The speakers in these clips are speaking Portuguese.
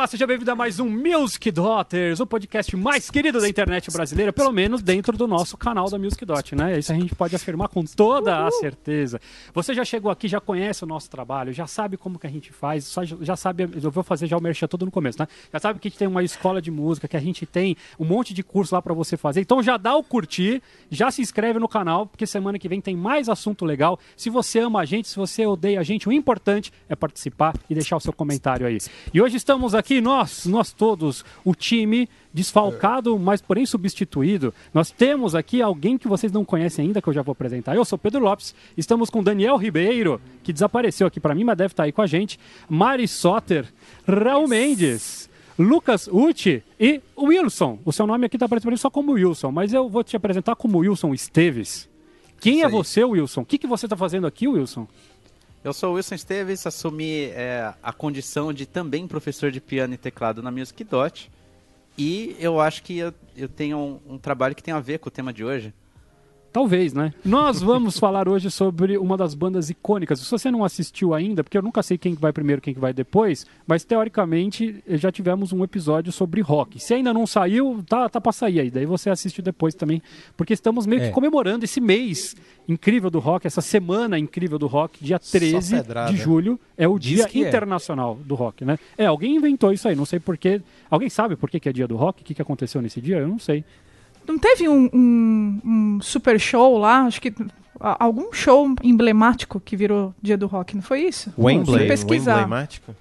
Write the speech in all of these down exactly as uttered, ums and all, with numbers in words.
seja bem-vindo a mais um Music Daughters, o podcast mais querido da internet brasileira, pelo menos dentro do nosso canal da Music Dot, né? Isso a gente pode afirmar com toda a certeza. Você já chegou aqui, já conhece o nosso trabalho, já sabe como que a gente faz, só já sabe, eu vou fazer já o merchan todo no começo, né? Já sabe que a gente tem uma escola de música, que a gente tem um monte de curso lá pra você fazer, então já dá o curtir, já se inscreve no canal, porque semana que vem tem mais assunto legal. Se você ama a gente, se você odeia a gente, o importante é participar e deixar o seu comentário aí. E hoje estamos aqui Aqui nós, nós todos, o time desfalcado, mas porém substituído. Nós temos aqui alguém que vocês não conhecem ainda, que eu já vou apresentar. Eu sou Pedro Lopes, estamos com Daniel Ribeiro, que desapareceu aqui para mim, mas deve estar aí com a gente. Mari Soter, Raul Mendes, Lucas Uti e Wilson. O seu nome aqui está aparecendo só como Wilson, mas eu vou te apresentar como Wilson Esteves. Quem é você, Wilson? O que, que você está fazendo aqui, Wilson? Eu sou o Wilson Esteves, assumi é, a condição de também professor de piano e teclado na Music Dot. E eu acho que eu, eu tenho um, um trabalho que tem a ver com o tema de hoje. Talvez, né? Nós vamos falar hoje sobre uma das bandas icônicas. Se você não assistiu ainda, porque eu nunca sei quem vai primeiro, quem vai depois, mas teoricamente já tivemos um episódio sobre rock. Se ainda não saiu, tá, tá pra sair aí. Daí você assiste depois também, porque estamos meio é. que comemorando esse mês incrível do rock, essa semana incrível do rock, dia treze de julho, é o Diz Dia Internacional é. do Rock, né? É, alguém inventou isso aí, não sei porquê. Alguém sabe por que, que é dia do rock? O que, que aconteceu nesse dia? Eu não sei. Não teve um, um, um super show lá? Acho que algum show emblemático que virou Dia do Rock, não foi isso? O Wembley, pesquisar. O emblemático?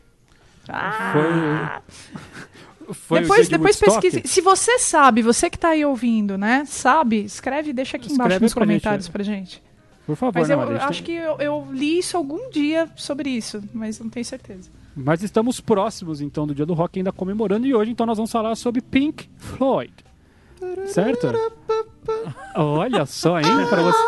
Ah. Foi, foi depois de depois pesquise. Se você sabe, você que está aí ouvindo, né? Sabe, escreve e deixa aqui escreve embaixo nos pra comentários gente. pra gente. Por favor, mas eu não, acho tem... que eu, eu li isso algum dia sobre isso, mas não tenho certeza. Mas estamos próximos, então, do Dia do Rock, ainda comemorando. E hoje, então, nós vamos falar sobre Pink Floyd. Certo? Olha só, hein? Pra você...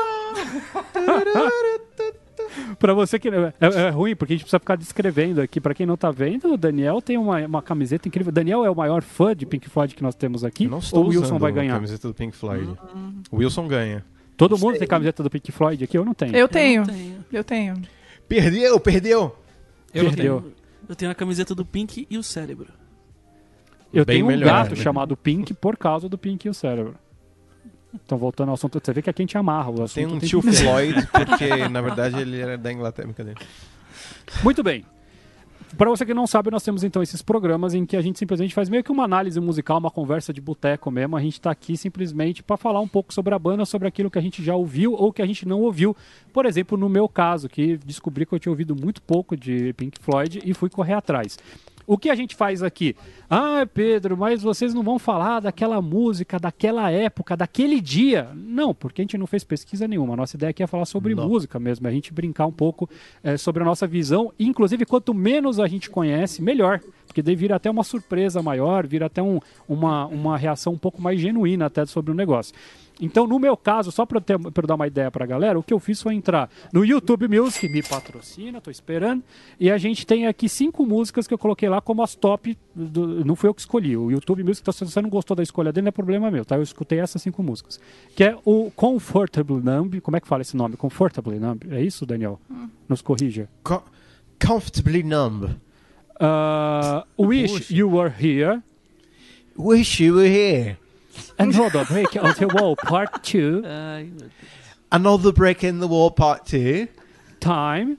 pra você que... É, é ruim, porque a gente precisa ficar descrevendo aqui. Pra quem não tá vendo, o Daniel tem uma, uma camiseta incrível. Daniel é o maior fã de Pink Floyd que nós temos aqui. Eu não estou ou o Wilson usando vai ganhar? A camiseta do Pink Floyd. Uhum. O Wilson ganha. Todo mundo tem camiseta do Pink Floyd aqui? Eu não tenho. Eu tenho. Eu tenho. Eu tenho. Perdeu, perdeu. Eu Perdeu. tenho. Eu tenho a camiseta do Pink e o Cérebro. Eu Bem tenho um melhor, gato né? chamado Pink por causa do Pink e o Cérebro. Então, voltando ao assunto, você vê que aqui a gente amarra o assunto. Tem um tem tio que... Floyd, porque na verdade ele era da Inglaterra. Cadê? Muito bem. Para você que não sabe, nós temos então esses programas em que a gente simplesmente faz meio que uma análise musical, uma conversa de boteco mesmo. A gente está aqui simplesmente para falar um pouco sobre a banda, sobre aquilo que a gente já ouviu ou que a gente não ouviu. Por exemplo, no meu caso, que descobri que eu tinha ouvido muito pouco de Pink Floyd e fui correr atrás. O que a gente faz aqui? Ah, Pedro, mas vocês não vão falar daquela música, daquela época, daquele dia. Não, porque a gente não fez pesquisa nenhuma. A nossa ideia aqui é falar sobre não. música mesmo, a gente brincar um pouco é, sobre a nossa visão. E, inclusive, quanto menos a gente conhece, melhor. Porque daí vira até uma surpresa maior, vira até um, uma, uma reação um pouco mais genuína até sobre o negócio. Então, no meu caso, só para eu, eu dar uma ideia para a galera, o que eu fiz foi entrar no YouTube Music, me patrocina, tô esperando, e a gente tem aqui cinco músicas que eu coloquei lá como as top, do, não fui eu que escolhi, o YouTube Music, então, se você não gostou da escolha dele, não é problema meu, tá? Eu escutei essas cinco músicas, que é o Comfortably Numb, como é que fala esse nome? Comfortably Numb, é isso, Daniel? Hum. Nos corrija. Com comfortably Numb. Uh, Wish Puxa. You Were Here. Wish You Were Here. Another Break on the Wall Part two. Ai, Another Break in the Wall Part two. Time.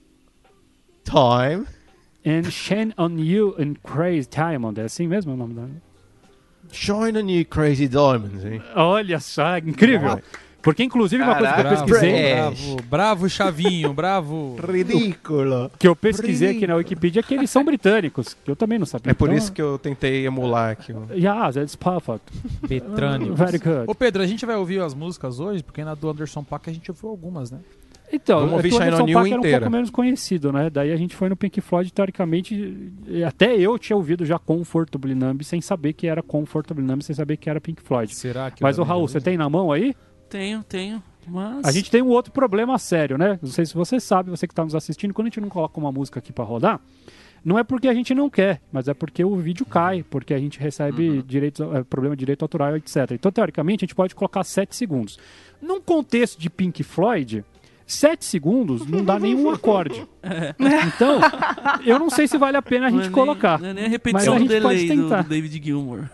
Time. And Shine on You in Crazy Diamond. É assim mesmo o nome da... Shine on You Crazy Diamonds, hein? Olha só, incrível. Porque, inclusive, uma Caraca, coisa que eu pesquisei... Bravo, bravo Chavinho, bravo. Ridículo. Que eu pesquisei aqui na Wikipedia é que eles são britânicos, que eu também não sabia. É por então... isso que eu tentei emular aqui. Yeah, that's perfect. Betrânicos. Very good. Ô Pedro, a gente vai ouvir as músicas hoje, porque na do Anderson Paak a gente ouviu algumas, né? Então, Vamos ouvir o Anderson Shine on You Paak era um inteira. pouco menos conhecido, né? Daí a gente foi no Pink Floyd, teoricamente, até eu tinha ouvido já Comfortably Numb, sem saber que era Comfortably Numb, sem saber que era Pink Floyd. Será que... Mas, o Raul, você tem na mão aí? Tenho, tenho. Mas... A gente tem um outro problema sério, né? Não sei se você sabe, você que está nos assistindo, quando a gente não coloca uma música aqui para rodar, não é porque a gente não quer, mas é porque o vídeo cai, porque a gente recebe uhum. direitos, é, problema de direito autoral, etcétera. Então, teoricamente, a gente pode colocar sete segundos. Num contexto de Pink Floyd, Sete segundos não dá nenhum acorde. Então, eu não sei se vale a pena a gente Não é nem- colocar. Não é nem a Mas repetição a do gente pode delay do, tentar. do David Gilmour.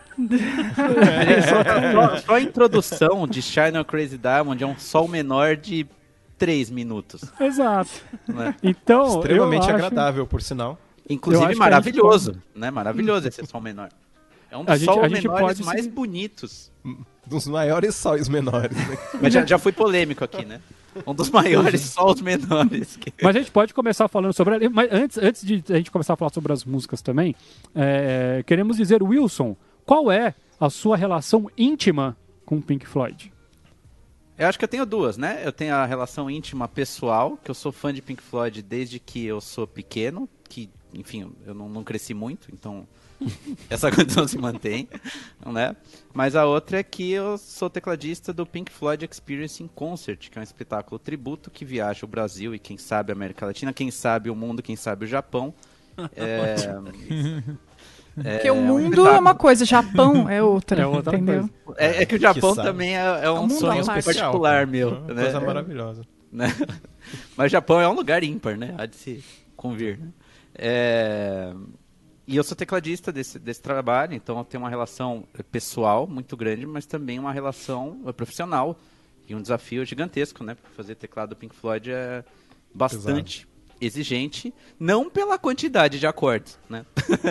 É, só, só- só a introdução de Shine on Crazy Diamond é um sol menor de três minutos. Exato. Né? Então, Extremamente eu acho- agradável, por sinal. Eu Inclusive acho que a gente maravilhoso, né? Maravilhoso esse sol menor. É um A dos gente- sols a gente menores pode mais se- bonitos. Dos maiores sóis menores, né? Mas já, já fui polêmico aqui, né? Um dos maiores sols menores. que- Mas a gente pode começar falando sobre. Mas antes, antes de a gente começar a falar sobre as músicas também, é, queremos dizer, Wilson, qual é a sua relação íntima com Pink Floyd? Eu acho que eu tenho duas, né? Eu tenho a relação íntima pessoal, que eu sou fã de Pink Floyd desde que eu sou pequeno, que, enfim, eu não, não cresci muito, então essa condição se mantém, né? Mas a outra é que eu sou tecladista do Pink Floyd Experience in Concert, que é um espetáculo tributo que viaja o Brasil e quem sabe a América Latina, quem sabe o mundo, quem sabe o Japão. É, Porque o um mundo é espetáculo. uma coisa, Japão é outra, É outra entendeu? coisa. É, é que o Japão sabe. também é, é um mundo sonho à parte. particular cara. meu. Uma né? coisa É- maravilhosa. né? Mas o Japão é um lugar ímpar, né? Há de se convir. Né? É, E eu sou tecladista desse, desse trabalho, então eu tenho uma relação pessoal muito grande, mas também uma relação eh, profissional e um desafio gigantesco, né? Porque fazer teclado do Pink Floyd é bastante exigente, não pela quantidade de acordes, né?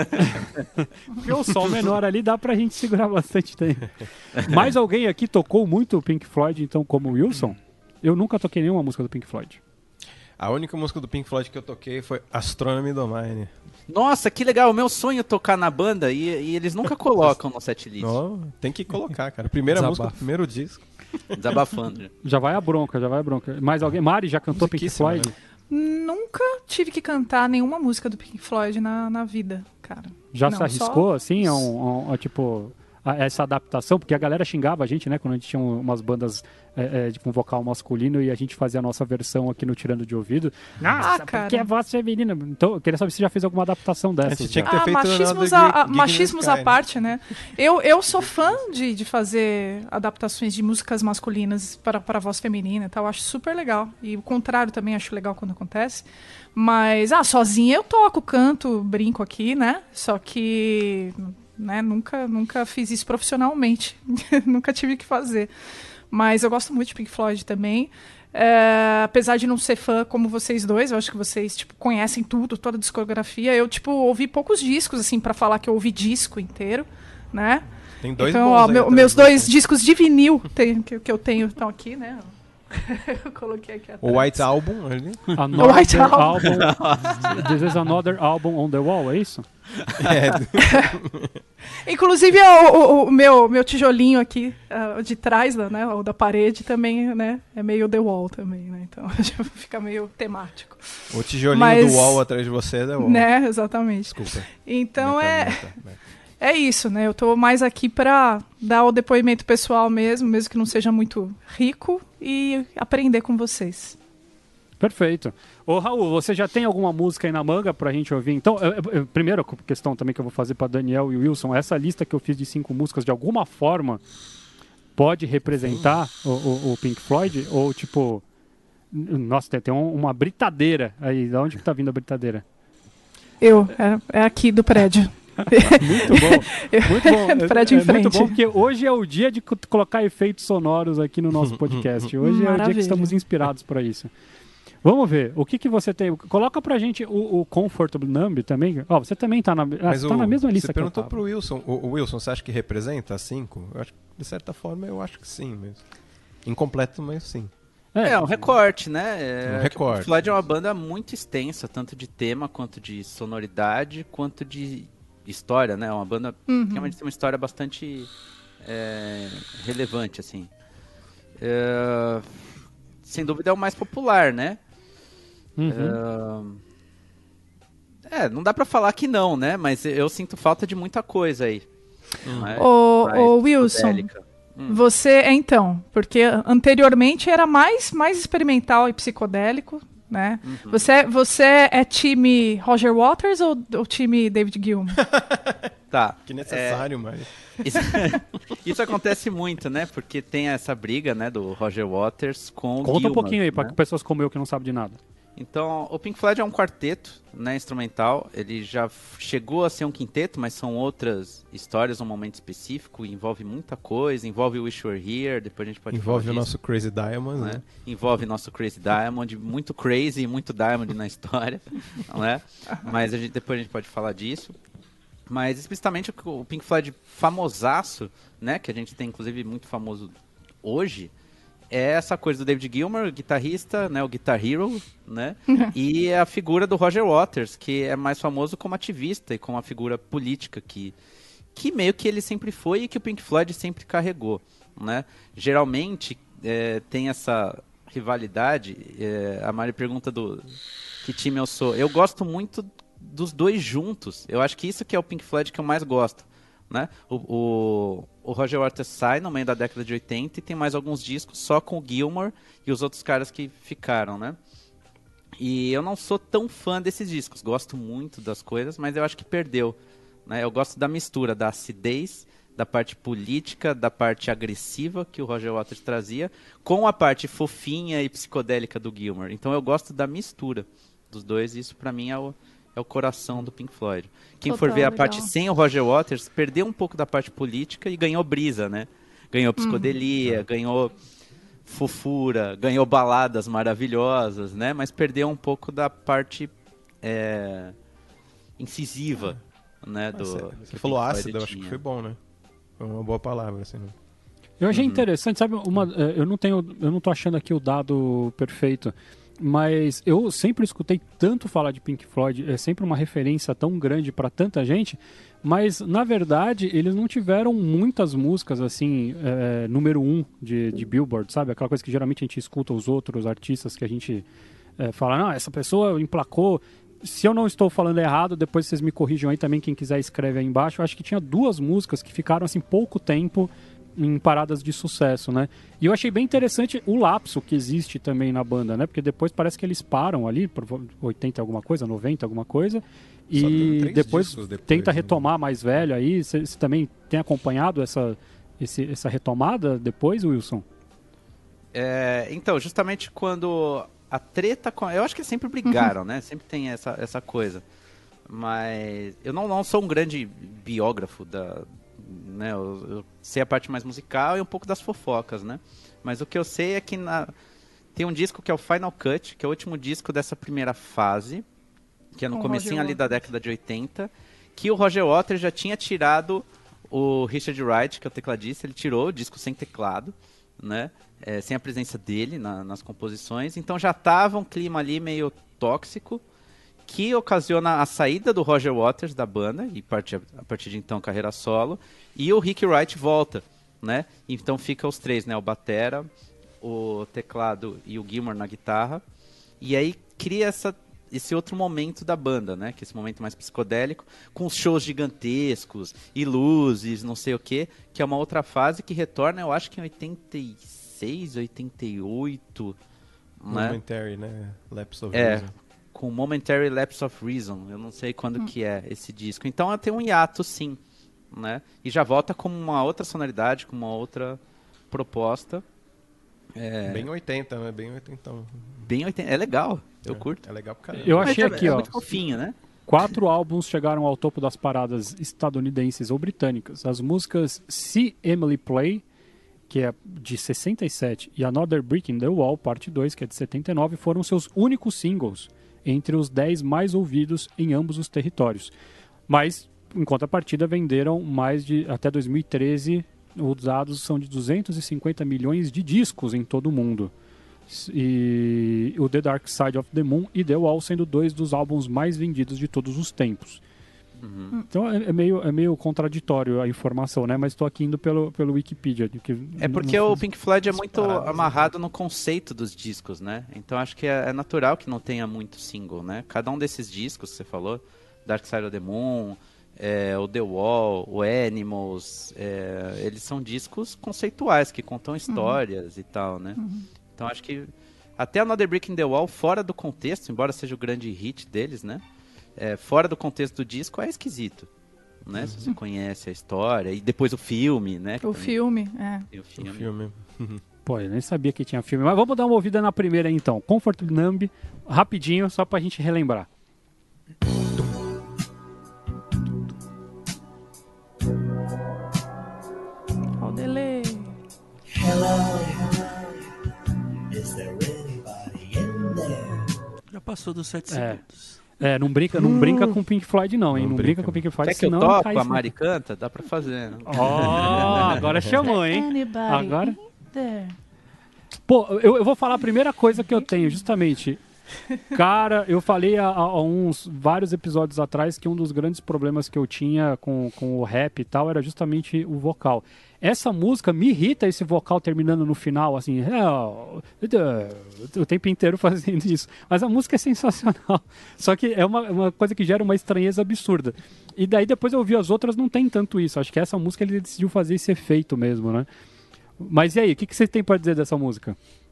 Porque o sol menor ali dá pra gente segurar bastante tempo. Mais alguém aqui tocou muito o Pink Floyd, então, como o Wilson? Eu nunca toquei nenhuma música do Pink Floyd. A única música do Pink Floyd que eu toquei foi Astronomy Domine. Nossa, que legal! O meu sonho é tocar na banda e, e eles nunca colocam no setlist. Oh, tem que colocar, cara. Primeira Desabafo. música, primeiro disco. Desabafando. já. Já vai a bronca, já vai a bronca. Mais alguém? Mari já cantou Pink Musiquíssima, Floyd? né? Nunca tive que cantar nenhuma música do Pink Floyd na, na vida, cara. Já Não, se arriscou, assim, a, um, a- a, tipo, a essa adaptação? Porque a galera xingava a gente, né? Quando a gente tinha um- umas bandas é, é, tipo, um vocal masculino e a gente fazia a nossa versão aqui no Tirando de Ouvido. Nossa, cara. porque é voz feminina. Então, eu queria saber se você já fez alguma adaptação A dessas. gente tinha já. que ter Ah, feito machismos, Another a, a- Gig in the machismos Sky, à né? parte, né? Eu, eu sou fã de, de fazer adaptações de músicas masculinas para, para a voz feminina e tal. Eu acho super legal. E o contrário também acho legal quando acontece. Mas, ah, sozinha eu toco, canto, brinco aqui, né? Só que, né, nunca, nunca fiz isso profissionalmente. Nunca tive que fazer. Mas eu gosto muito de Pink Floyd também. É, apesar de não ser fã como vocês dois, eu acho que vocês tipo, conhecem tudo, toda a discografia. Eu tipo ouvi poucos discos assim para falar que eu ouvi disco inteiro, né? Tem dois então, bons ó, aí meu- atrás meus de dois você. discos de vinil tem- que, que eu tenho estão aqui, né? Eu coloquei aqui atrás. O White Album ali. Another White Album. album. This is another album on the wall, é isso? É, Inclusive o, o- o meu, meu tijolinho aqui ah, de trás, né, o da parede também, né, é meio The Wall também, né? Então fica meio temático, o tijolinho Mas- do wall atrás de você é The Wall. né? Exatamente. Desculpa. Então Meta, é meta, meta. É isso, né? Eu tô mais aqui pra dar o depoimento pessoal mesmo, mesmo que não seja muito rico, e aprender com vocês. Perfeito. Ô, Raul, você já tem alguma música aí na manga pra gente ouvir? Então, é, é, primeira questão também que eu vou fazer pra Daniel e Wilson, essa lista que eu fiz de cinco músicas, de alguma forma, pode representar o, o- o Pink Floyd? Ou, tipo, n- nossa, tem, tem um- uma britadeira aí. De onde que tá vindo a britadeira? Eu, é, é aqui do prédio. Muito bom. Muito bom. Do prédio é, em é muito frente. bom, porque hoje é o dia de co- colocar efeitos sonoros aqui no nosso podcast. Hoje é o dia que Maravilha. estamos inspirados para isso. Vamos ver, o que, que você tem? Coloca pra gente o, o Comfortable Numb também. Ó, você também tá na, ah, Mas você tá o- na mesma lista você que eu perguntou tava. pro Wilson. O, o Wilson, você acha que representa as cinco? Eu acho que, de certa forma, eu acho que sim mesmo. Incompleto, mas sim. É, um recorte, né? É, Um que recorte. O Pink Floyd é uma banda muito extensa, tanto de tema, quanto de sonoridade, quanto de história, né? É uma banda Uhum. que realmente tem uma história bastante é, relevante, assim. É, sem dúvida é o mais popular, né? Uhum. É, é, não dá pra falar que não, né? Mas eu sinto falta de muita coisa aí. né? Ô, Mais ô, Wilson, psicodélica. Hum. você é então, porque anteriormente era mais, mais experimental e psicodélico, né? Você, você é time Roger Waters ou o time David Gilmour? Tá. Que necessário, mas... Isso, isso acontece muito, né? Porque tem essa briga, né, do Roger Waters com o Conta Gilmour, um pouquinho aí, né? para pessoas como eu que não sabem de nada. Então, o Pink Floyd é um quarteto, né, instrumental. Ele já f- chegou a ser um quinteto, mas são outras histórias, um momento específico. Envolve muita coisa, envolve Wish You Were Here, depois a gente pode Envolve falar o disso, nosso Crazy Diamond, né? né? Envolve nosso Crazy Diamond, muito crazy e muito diamond na história, não é? Mas a gente, depois a gente pode falar disso. Mas explicitamente o Pink Floyd famosaço, né, que a gente tem inclusive muito famoso hoje, é essa coisa do David Gilmour, guitarrista, né, o Guitar Hero, né, e a figura do Roger Waters, que é mais famoso como ativista e como uma figura política que, que meio que ele sempre foi e que o Pink Floyd sempre carregou, né. Geralmente é, tem essa rivalidade, é, a Mari pergunta do que time eu sou. Eu gosto muito dos dois juntos. Eu acho que isso que é o Pink Floyd que eu mais gosto, né? O, o, o Roger Waters sai no meio da década de oitenta e tem mais alguns discos só com o Gilmour e os outros caras que ficaram, né? E eu não sou tão fã desses discos. Gosto muito das coisas, mas eu acho que perdeu, né? Eu gosto da mistura, da acidez, da parte política, da parte agressiva que o Roger Waters trazia, com a parte fofinha e psicodélica do Gilmour. Então eu gosto da mistura dos dois e isso pra mim é o é o coração do Pink Floyd. Quem Total, for ver a legal. parte sem o Roger Waters, perdeu um pouco da parte política e ganhou brisa, né? Ganhou psicodelia, Uhum. ganhou fofura, ganhou baladas maravilhosas, né? Mas perdeu um pouco da parte é, incisiva, né? Do, Você, que o você Pink falou Floyd ácido, eu acho que tinha. foi bom, né? Foi uma boa palavra, assim, né? Eu achei Uhum. interessante, sabe, uma, eh, eu não tenho, eu não tô achando aqui o dado perfeito, mas eu sempre escutei tanto falar de Pink Floyd, é sempre uma referência tão grande para tanta gente, mas na verdade eles não tiveram muitas músicas assim, eh, número um de, de Billboard, sabe? Aquela coisa que geralmente a gente escuta os outros artistas que a gente eh, fala, não, essa pessoa emplacou. Se eu não estou falando errado, depois vocês me corrijam aí também, quem quiser escreve aí embaixo. Eu acho que tinha duas músicas que ficaram assim pouco tempo em paradas de sucesso, né? E eu achei bem interessante o lapso que existe também na banda, né? Porque depois parece que eles param ali por oitenta alguma coisa, noventa alguma coisa, Só tem e três depois, discos depois, tenta né? retomar mais velho aí. Você também tem acompanhado essa, esse, essa retomada depois, Wilson? É, então, justamente quando a treta... Com... Eu acho que eles sempre brigaram, né? Sempre tem essa, essa coisa. Mas eu não, não sou um grande biógrafo da... Né? Eu, eu sei a parte mais musical e um pouco das fofocas, né? Mas o que eu sei é que na... tem um disco que é o Final Cut, que é o último disco dessa primeira fase, que é no Com comecinho Roger ali da Waters. década de oitenta, que o Roger Waters já tinha tirado o Richard Wright, que é o tecladista, ele tirou o disco sem teclado, né? É, sem a presença dele na, nas composições, então já tava um clima ali meio tóxico, que ocasiona a saída do Roger Waters da banda, e parte, a partir de então carreira solo, e o Rick Wright volta, né? Então fica os três, né? O batera, o teclado e o Gilmour na guitarra, e aí cria essa, esse outro momento da banda, né? Que é esse momento mais psicodélico, com os shows gigantescos e luzes, não sei o que, que é uma outra fase que retorna, eu acho que em oitenta e seis, oitenta e oito, né? Momentary, né? Lapse of É, Reason. com Momentary Lapse of Reason. Eu não sei quando que é esse disco. Então tem um hiato, sim, né? E já volta com uma outra sonoridade, com uma outra proposta. É Bem oitenta, né? Bem oitentão. bem oitenta. É legal, eu É, curto. É legal pra caramba. Eu Mas achei é, aqui, é ó. muito fofinho, né? Quatro álbuns chegaram ao topo das paradas estadunidenses ou britânicas. As músicas See Emily Play, que é de sessenta e sete, e Another Brick in the Wall, parte dois, que é de setenta e nove, foram seus únicos singles entre os dez mais ouvidos em ambos os territórios. Mas, em contrapartida, venderam mais de, até dois mil e treze, os dados são de duzentos e cinquenta milhões de discos em todo o mundo. E o The Dark Side of the Moon e The Wall sendo dois dos álbuns mais vendidos de todos os tempos. Uhum. Então é, é meio, é meio contraditório a informação, né? Mas estou aqui indo pelo, pelo Wikipedia. Que É não- porque não o fiz- Pink Floyd é muito paradas, amarrado no conceito dos discos, né? Então acho que é, é natural que não tenha muito single, né? Cada um desses discos que você falou, Dark Side of the Moon, é, o The Wall, o Animals, é, eles são discos conceituais que contam histórias e tal, né? Então acho que até Another Brick in the Wall, fora do contexto, embora seja o grande hit deles, né? É, fora do contexto do disco, é esquisito. né? Se você conhece a história. E depois o filme, né? O filme, é. Tem o O filme. filme. Pô, eu nem sabia que tinha filme. Mas vamos dar uma ouvida na primeira aí, então. Comfort Numb, rapidinho, só pra gente relembrar. Olha o delay. Já passou dos sete É. segundos. É, não brinca, não brinca com Pink Floyd, não, hein? Não, Não brinca brinca. com Pink Floyd, Quer que eu senão toco? cai A isso. Mari canta? Dá pra fazer, né? Ó, agora chamou, hein? Anybody Agora- in there? Pô, eu, eu vou falar a primeira coisa que eu tenho, justamente. Cara, eu falei há, há uns vários episódios atrás que um dos grandes problemas que eu tinha com, com o rap e tal era justamente o vocal. Essa música me irrita, esse vocal terminando no final, assim, o tempo inteiro fazendo isso. Mas a música é sensacional. Só que é uma, uma coisa que gera uma estranheza absurda. E daí depois eu vi as outras, não tem tanto isso. Acho que essa música ele decidiu fazer esse efeito mesmo, né? Mas e aí, o que, que você tem pra dizer dessa música?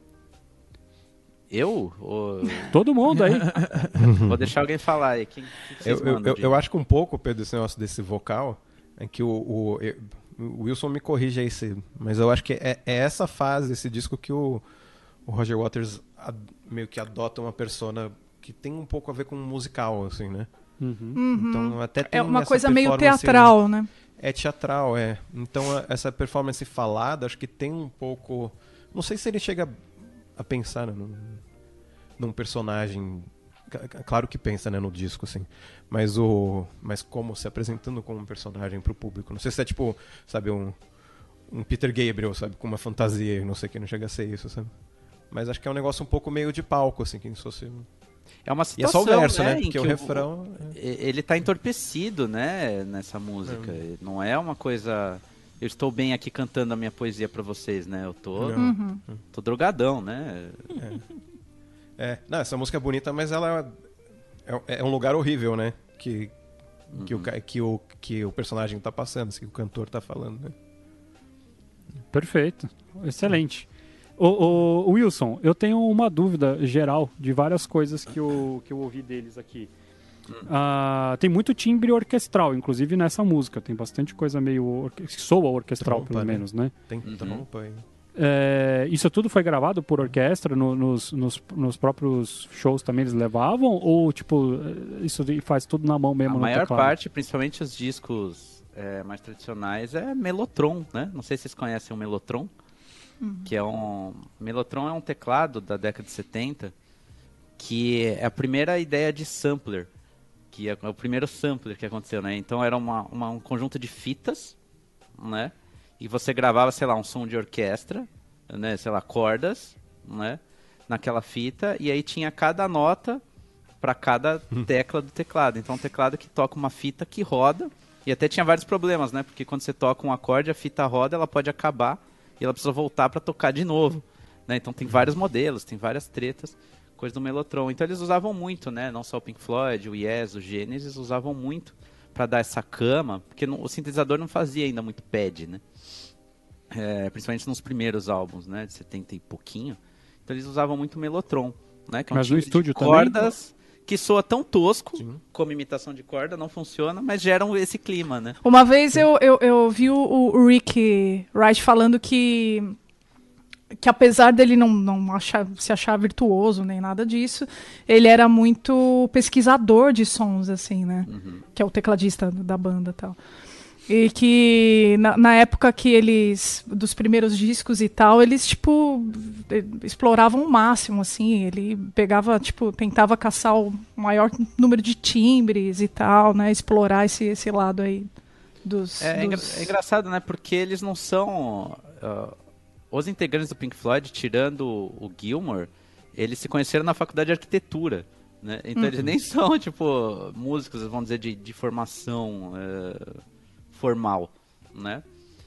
Eu? Ou... Todo mundo aí. Vou deixar alguém falar aí. Quem, quem que vocês Eu, eu, mandam, eu, eu acho que um pouco, Pedro, esse negócio desse vocal, é que o, o, eu- o Wilson me corrige aí, se- mas eu acho que é, é essa fase, esse disco, que o, o Roger Waters ad- meio que adota uma persona que tem um pouco a ver com musical, assim, né? Uhum. Então até tem É uma essa coisa meio performance- teatral, né? É teatral, é. Então a- essa performance falada, acho que tem um pouco... Não sei se ele chega a pensar, né, num, num personagem... c- c- Claro que pensa, né, no disco, assim. Mas o... Mas como se apresentando como um personagem pro público. Não sei se é tipo, sabe, um... Um Peter Gabriel, sabe, com uma fantasia, não sei que não chega a ser isso, sabe? Mas acho que é um negócio um pouco meio de palco, assim, que se fosse... É uma E é só situação, o verso, né? né? em Porque que o refrão... E- Ele tá entorpecido, né, nessa música. Não é uma coisa... Eu estou bem aqui cantando a minha poesia pra vocês, né? Eu tô, Não. Uhum. tô drogadão, né? É, não, essa música é bonita, mas ela é, é um lugar horrível, né? Que, que, o, ca- que, o, que o personagem tá passando, assim, que o cantor tá falando, né? Perfeito. Excelente. Ô, ô, ô, Wilson, eu tenho uma dúvida geral de várias coisas que eu, que eu ouvi deles aqui. Ah, tem muito timbre orquestral, inclusive nessa música. Tem bastante coisa meio... Orque... que soa orquestral, Trompa, pelo né? menos, né? Tem Uhum. trompa aí. É, isso tudo foi gravado por orquestra? No- nos, nos, nos próprios shows também eles levavam? Ou, tipo, isso faz tudo na mão mesmo A no maior teclado? parte, principalmente os discos é, mais tradicionais, é Mellotron, né? Não sei se vocês conhecem o Mellotron. Que é um... Mellotron é um teclado da década de setenta que é a primeira ideia de sampler. Que é o primeiro sampler que aconteceu, né? Então era uma, uma- um conjunto de fitas, né? E você gravava, sei lá, um som de orquestra, né? Sei lá, cordas, né? Naquela fita. E aí tinha cada nota para cada tecla do teclado. Então um teclado que toca uma fita que roda. E até tinha vários problemas, né? Porque quando você toca um acorde, a fita roda, ela pode acabar e ela precisa voltar para tocar de novo, né? Então tem vários modelos, tem várias tretas, coisa do Mellotron. Então eles usavam muito, né? Não só o Pink Floyd, o Yes, o Genesis usavam muito para dar essa cama, porque não- o sintetizador não fazia ainda muito pad, né? É, principalmente nos primeiros álbuns, né? De setenta e pouquinho. Então eles usavam muito o Mellotron, né? Que é um Mas no timbre de estúdio também? cordas que soa tão tosco, como imitação de corda, não funciona, mas geram esse clima, né? Uma vez eu, eu, eu vi o, o Rick Wright falando que, que apesar dele não, não achar, se achar virtuoso nem nada disso, ele era muito pesquisador de sons, assim, né? Uhum. Que é o tecladista da banda e tal. E que na, na época que eles, dos primeiros discos e tal, eles, tipo, eh, exploravam o máximo, assim. Ele pegava, tipo, tentava caçar o maior número de timbres e tal, né? Explorar esse, esse lado aí dos... É, é engra- dos- é engraçado, né? Porque eles não são... ah, os integrantes do Pink Floyd, tirando o Gilmour, eles se conheceram na faculdade de arquitetura, né? Então eles nem são, tipo, músicos, vamos dizer, de, de formação eh, formal, né?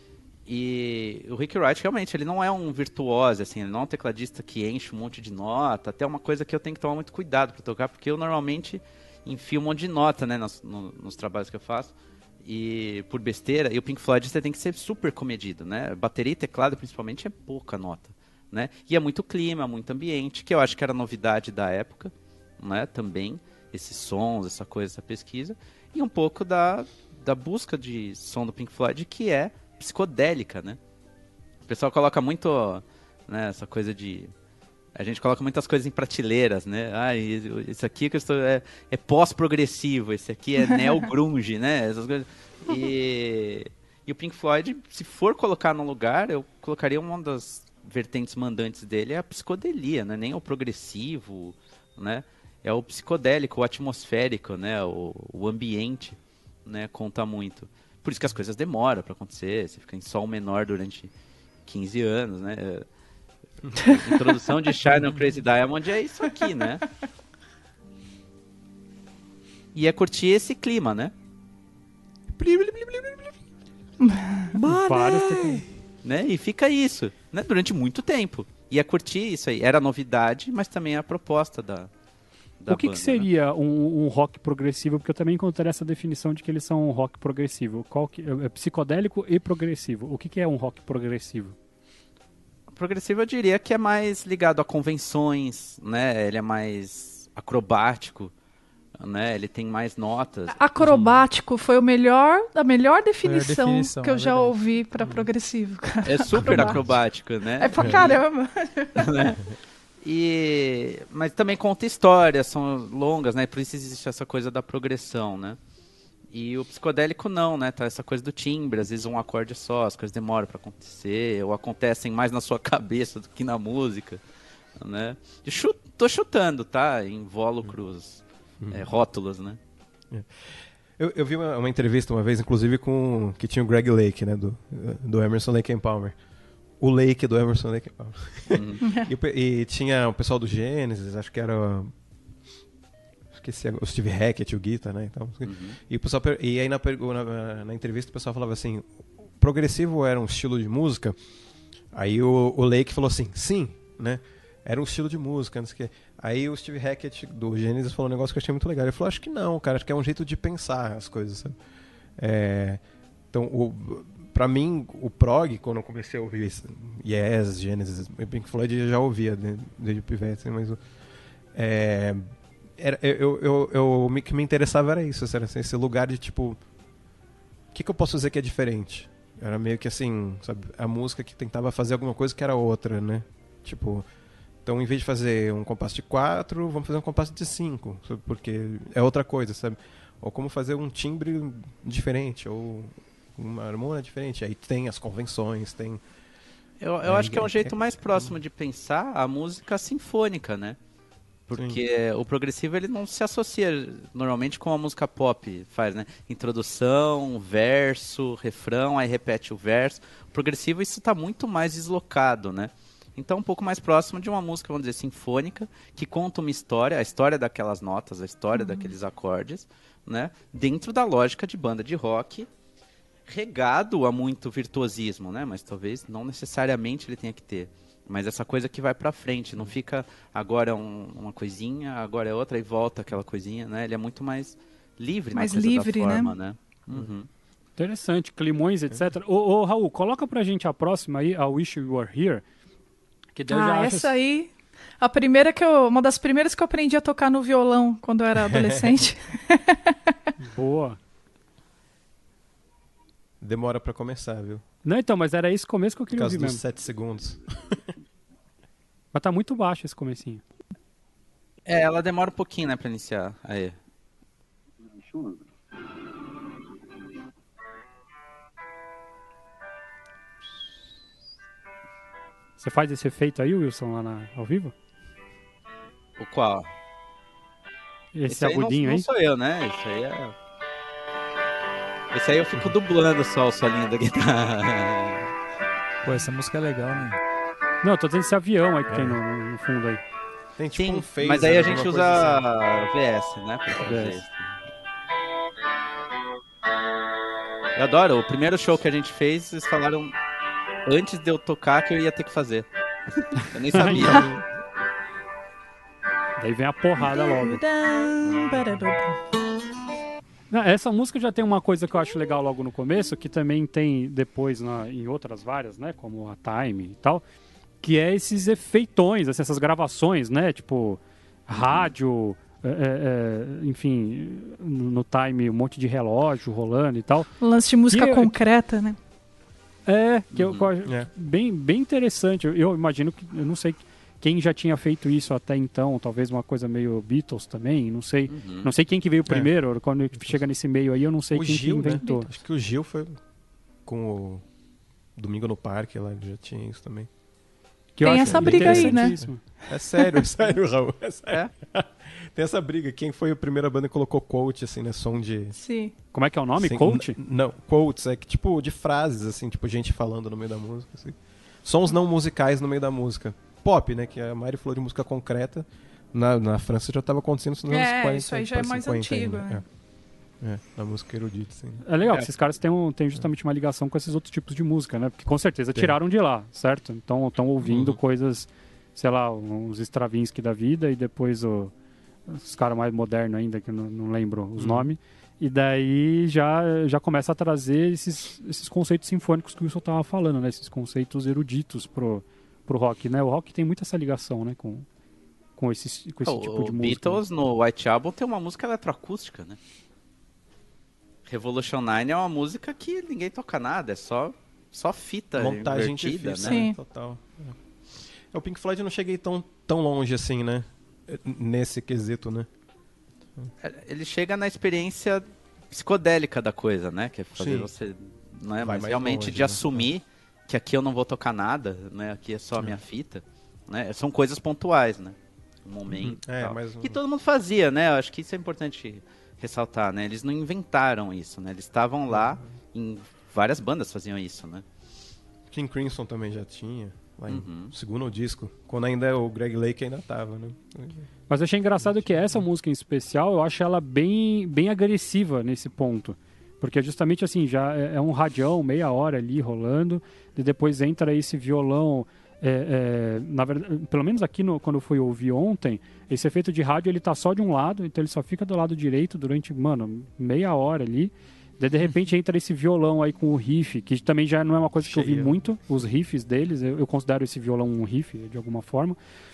E o Rick Wright, realmente, ele não é um virtuoso, assim, ele não é um tecladista que enche um monte de nota, até uma coisa que eu tenho que tomar muito cuidado para tocar, porque eu normalmente enfio um monte de nota, né, nos, no- nos trabalhos que eu faço, e por besteira, e o Pink Floyd você tem que ser super comedido, né? Bateria e teclado, principalmente, é pouca nota, né? E é muito clima, muito ambiente, que eu acho que era novidade da época, né? Também, esses sons, essa coisa, essa pesquisa, e um pouco da, da busca de som do Pink Floyd, que é psicodélica, né? O pessoal coloca muito, né, essa coisa de... A gente coloca muitas coisas em prateleiras, né? Ah, esse aqui que eu estou, é, é pós-progressivo, esse aqui é neo-grunge, né? Essas coisas. E, e o Pink Floyd, se for colocar num lugar, eu colocaria uma das vertentes mandantes dele, é a psicodelia, né? Nem o progressivo, né? É o psicodélico, o atmosférico, né? O, o ambiente, né? Conta muito. Por isso que as coisas demoram para acontecer, você fica em sol menor durante quinze anos, né? A introdução de Shine on Crazy Diamond é isso aqui, né? E é curtir esse clima, né? Várias né? E fica isso, né? Durante muito tempo. E é curtir isso aí. Era novidade, mas também é a proposta da, da O que, banda, que seria um, um rock progressivo? Porque eu também encontrei essa definição de que eles são um rock progressivo. Qual que, é psicodélico e progressivo. O que, que é um rock progressivo? Progressivo eu diria que é mais ligado a convenções, né? Ele é mais acrobático, né? Ele tem mais notas. Acrobático foi o melhor, a melhor definição, definição, que eu é já verdade. ouvi pra progressivo, cara. É super acrobático, né? É pra caramba. né? E... Mas também conta histórias, são longas, né? Por isso existe essa coisa da progressão, né? E o psicodélico não, né? Tá essa coisa do timbre, às vezes um acorde só, as coisas demoram pra acontecer, ou acontecem mais na sua cabeça do que na música, né? E chu- tô chutando, tá? Invólucros, é, rótulos, né? Eu, eu vi uma, uma entrevista uma vez, inclusive, com que tinha o Greg Lake, né? Do, do Emerson, Lake and Palmer. O Lake do Emerson, Lake and Palmer. Uhum. e, o pe- e tinha o pessoal do Genesis, acho que era... Esqueci agora, o Steve Hackett, o Guitar, né? Então, Uhum. e, o pessoal, per- e aí na, pergu- na, na entrevista o pessoal falava assim, progressivo era um estilo de música? Aí o, o Lake falou assim, sim, né? Era um estilo de música, não sei o quê. Aí o Steve Hackett do Genesis falou um negócio que eu achei muito legal. Ele falou, acho que não, cara, acho que é um jeito de pensar as coisas, sabe? É, então, o, pra mim, o prog, quando eu comecei a ouvir isso, Yes, Genesis, Pink Floyd eu já ouvia desde, desde pivete, mas o... É, Era, eu, eu, eu, o que me interessava era isso, era assim, esse lugar de tipo, o que, que eu posso dizer que é diferente? Era meio que assim, sabe, a música que tentava fazer alguma coisa que era outra, né? Tipo, então em vez de fazer um compasso de quatro, vamos fazer um compasso de cinco, sabe? Porque é outra coisa, sabe? Ou como fazer um timbre diferente, ou uma harmonia diferente. Aí tem as convenções, tem... Eu, eu Aí, acho que é um é- jeito mais próximo de pensar a música sinfônica, né? Porque o progressivo ele não se associa normalmente com a música pop faz, né? Introdução, verso, refrão, aí repete o verso. O progressivo isso está muito mais deslocado, né? Então um pouco mais próximo de uma música, vamos dizer, sinfônica, que conta uma história, a história daquelas notas, a história daqueles acordes, né? Dentro da lógica de banda de rock, regado a muito virtuosismo, né? Mas talvez não necessariamente ele tenha que ter. Mas essa coisa que vai pra frente, não fica agora um, uma coisinha, agora é outra e volta aquela coisinha, né? Ele é muito mais livre Mais na coisa livre, da né? forma, né? Uhum. Interessante, climões, etcétera. Ô, ô, Raul, coloca pra gente a próxima aí, a Wish You Were Here. Que daí eu já Ah, acho- essa aí. A primeira que eu. Uma das primeiras que eu aprendi a tocar no violão quando eu era adolescente. Boa. Demora pra começar, viu? Não, então, mas era esse começo que eu Por queria causa ouvir dos mesmo. sete segundos. Mas tá muito baixo esse comecinho. É, ela demora um pouquinho, né, pra iniciar. Aí. Você faz esse efeito aí, Wilson, lá na- ao vivo? O qual? Esse, aí não, agudinho não aí? sou eu, né? Isso aí é... Esse aí eu fico dublando só o solinho da guitarra. Pô, essa música é legal, né? Não, eu tô dizendo esse avião aí que tem no, no fundo aí. Tem tipo Sim, um phaser, mas aí a alguma gente coisa usa assim. V S, né? Pra fazer V S. isso. Eu adoro. O primeiro show que a gente fez, eles falaram antes de eu tocar que eu ia ter que fazer. Eu nem sabia. Daí vem a porrada logo. Não, essa música já tem uma coisa que eu acho legal logo no começo, que também tem depois na, em outras várias, né? Como a Time e tal, que é esses efeitões, assim, essas gravações, né? Tipo, rádio, é, é, enfim, no, no time um monte de relógio rolando e tal. Lance de música E- concreta, né? É, que eu, Uhum. eu acho É. bem, bem interessante. Eu, eu imagino que, eu não sei quem já tinha feito isso até então, talvez uma coisa meio Beatles também, não sei. Uhum. Não sei quem que veio primeiro, quando chega nesse meio aí, eu não sei O quem Gil, que né? inventou. Acho que o Gil foi com o Domingo no Parque, lá ele já tinha isso também. Que eu Tem acho essa briga aí, né? interessantíssimo. É sério, é sério, Raul. É sério. É? Tem essa briga. Quem foi a primeira banda que colocou quote, assim, né? Som de... Sim. Como é que é o nome? Sim, Coach? n- Não, quotes, é que tipo de frases, assim, tipo gente falando no meio da música, assim. Sons não musicais no meio da música. Pop, né, que a Mari falou de música concreta. Na, na França já estava acontecendo isso nos anos É, quarenta. isso aí já é para mais cinquenta antigo, ainda, né? É. É, na música erudita, sim. É legal, É. que esses caras têm, um, têm justamente uma ligação com esses outros tipos de música, né? Porque com certeza Tem. tiraram de lá, certo? Então estão ouvindo Uhum. coisas, sei lá, uns Stravinsky da vida e depois o, os caras mais modernos ainda, que eu não, não lembro os Uhum. nomes. E daí já, já começa a trazer esses, esses conceitos sinfônicos que o Wilson estava falando, né? Esses conceitos eruditos pro, pro rock, né? O rock tem muito essa ligação, né? Com, com esse, com esse O, tipo de o música. Beatles no White Album tem uma música eletroacústica, né? Revolution nine é uma música que ninguém toca nada, é só, só fita Montagem de invertida, fita, né? Sim. né? Total. É. O Pink Floyd eu não cheguei tão, tão longe assim, né? Nesse quesito, né? Ele chega na experiência psicodélica da coisa, né? Que é fazer Sim. você, não é, Vai mas mais realmente longe, de né? assumir que aqui eu não vou tocar nada, né? Aqui é só a minha fita, né? São coisas pontuais, né? Um momento, Uhum. É, tal. mas- que todo mundo fazia, né? Eu acho que isso é importante ressaltar, né? Eles não inventaram isso, né? Eles estavam lá, em várias bandas faziam isso, né? King Crimson também já tinha, lá Uhum. no segundo disco, quando ainda o Greg Lake ainda tava, né? Mas eu achei engraçado que essa música em especial, eu acho ela bem, bem agressiva nesse ponto. Porque justamente assim, já é, é um radião, meia hora ali rolando, e depois entra esse violão. É, é, na verdade, pelo menos aqui no, quando eu fui ouvir ontem, esse efeito de rádio ele tá só de um lado, então ele só fica do lado direito durante, mano, meia hora ali. Daí de repente entra esse violão aí com o riff, que também já não é uma coisa que eu ouvi Cheio. muito, os riffs deles, eu, eu considero esse violão um riff de alguma forma.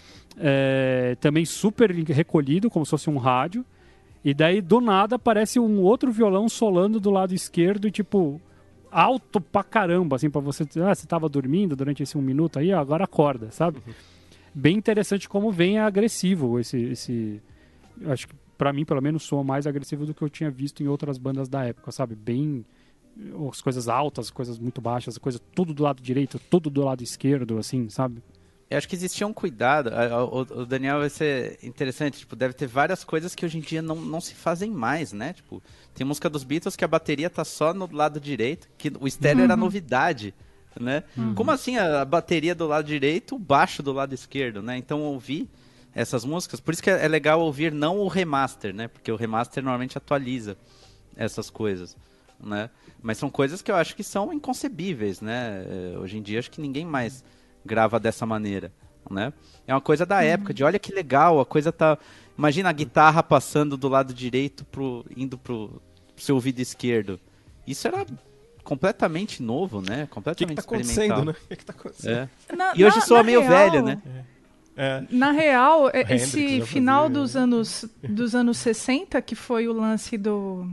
É, também super recolhido, como se fosse um rádio. E daí, do nada, aparece um outro violão solando do lado esquerdo e, tipo, alto pra caramba, assim, pra você... Ah, você tava dormindo durante esse um minuto aí, ó, agora acorda, sabe? Bem interessante como vem agressivo esse... esse acho que, pra mim, pelo menos, soa mais agressivo do que eu tinha visto em outras bandas da época, sabe? Bem... As coisas altas, as coisas muito baixas, as coisas tudo do lado direito, tudo do lado esquerdo, assim, sabe? Eu acho que existia um cuidado. a- a- O, o Daniel vai ser interessante. Tipo, deve ter várias coisas que hoje em dia não, não se fazem mais, né? Tipo, tem música dos Beatles que a bateria tá só no lado direito, que o estéreo era novidade, né? Como assim a, a bateria do lado direito, o baixo do lado esquerdo, né? Então ouvir essas músicas, por isso que é, é legal ouvir não o remaster, né? Porque o remaster normalmente atualiza essas coisas, né? Mas são coisas que eu acho que são inconcebíveis, né? É, hoje em dia acho que ninguém mais grava dessa maneira, né? É uma coisa da época, de olha que legal, a coisa tá... Imagina a guitarra passando do lado direito, pro, indo pro seu ouvido esquerdo. Isso era completamente novo, né? O que, Completamente que tá experimental. acontecendo, né? O que, que tá acontecendo? É. Na- E hoje na- soa na meio real- velha, né? É. Na real, é- Hendrix esse já final fazia, dos né? anos, dos anos sessenta, que foi o lance do...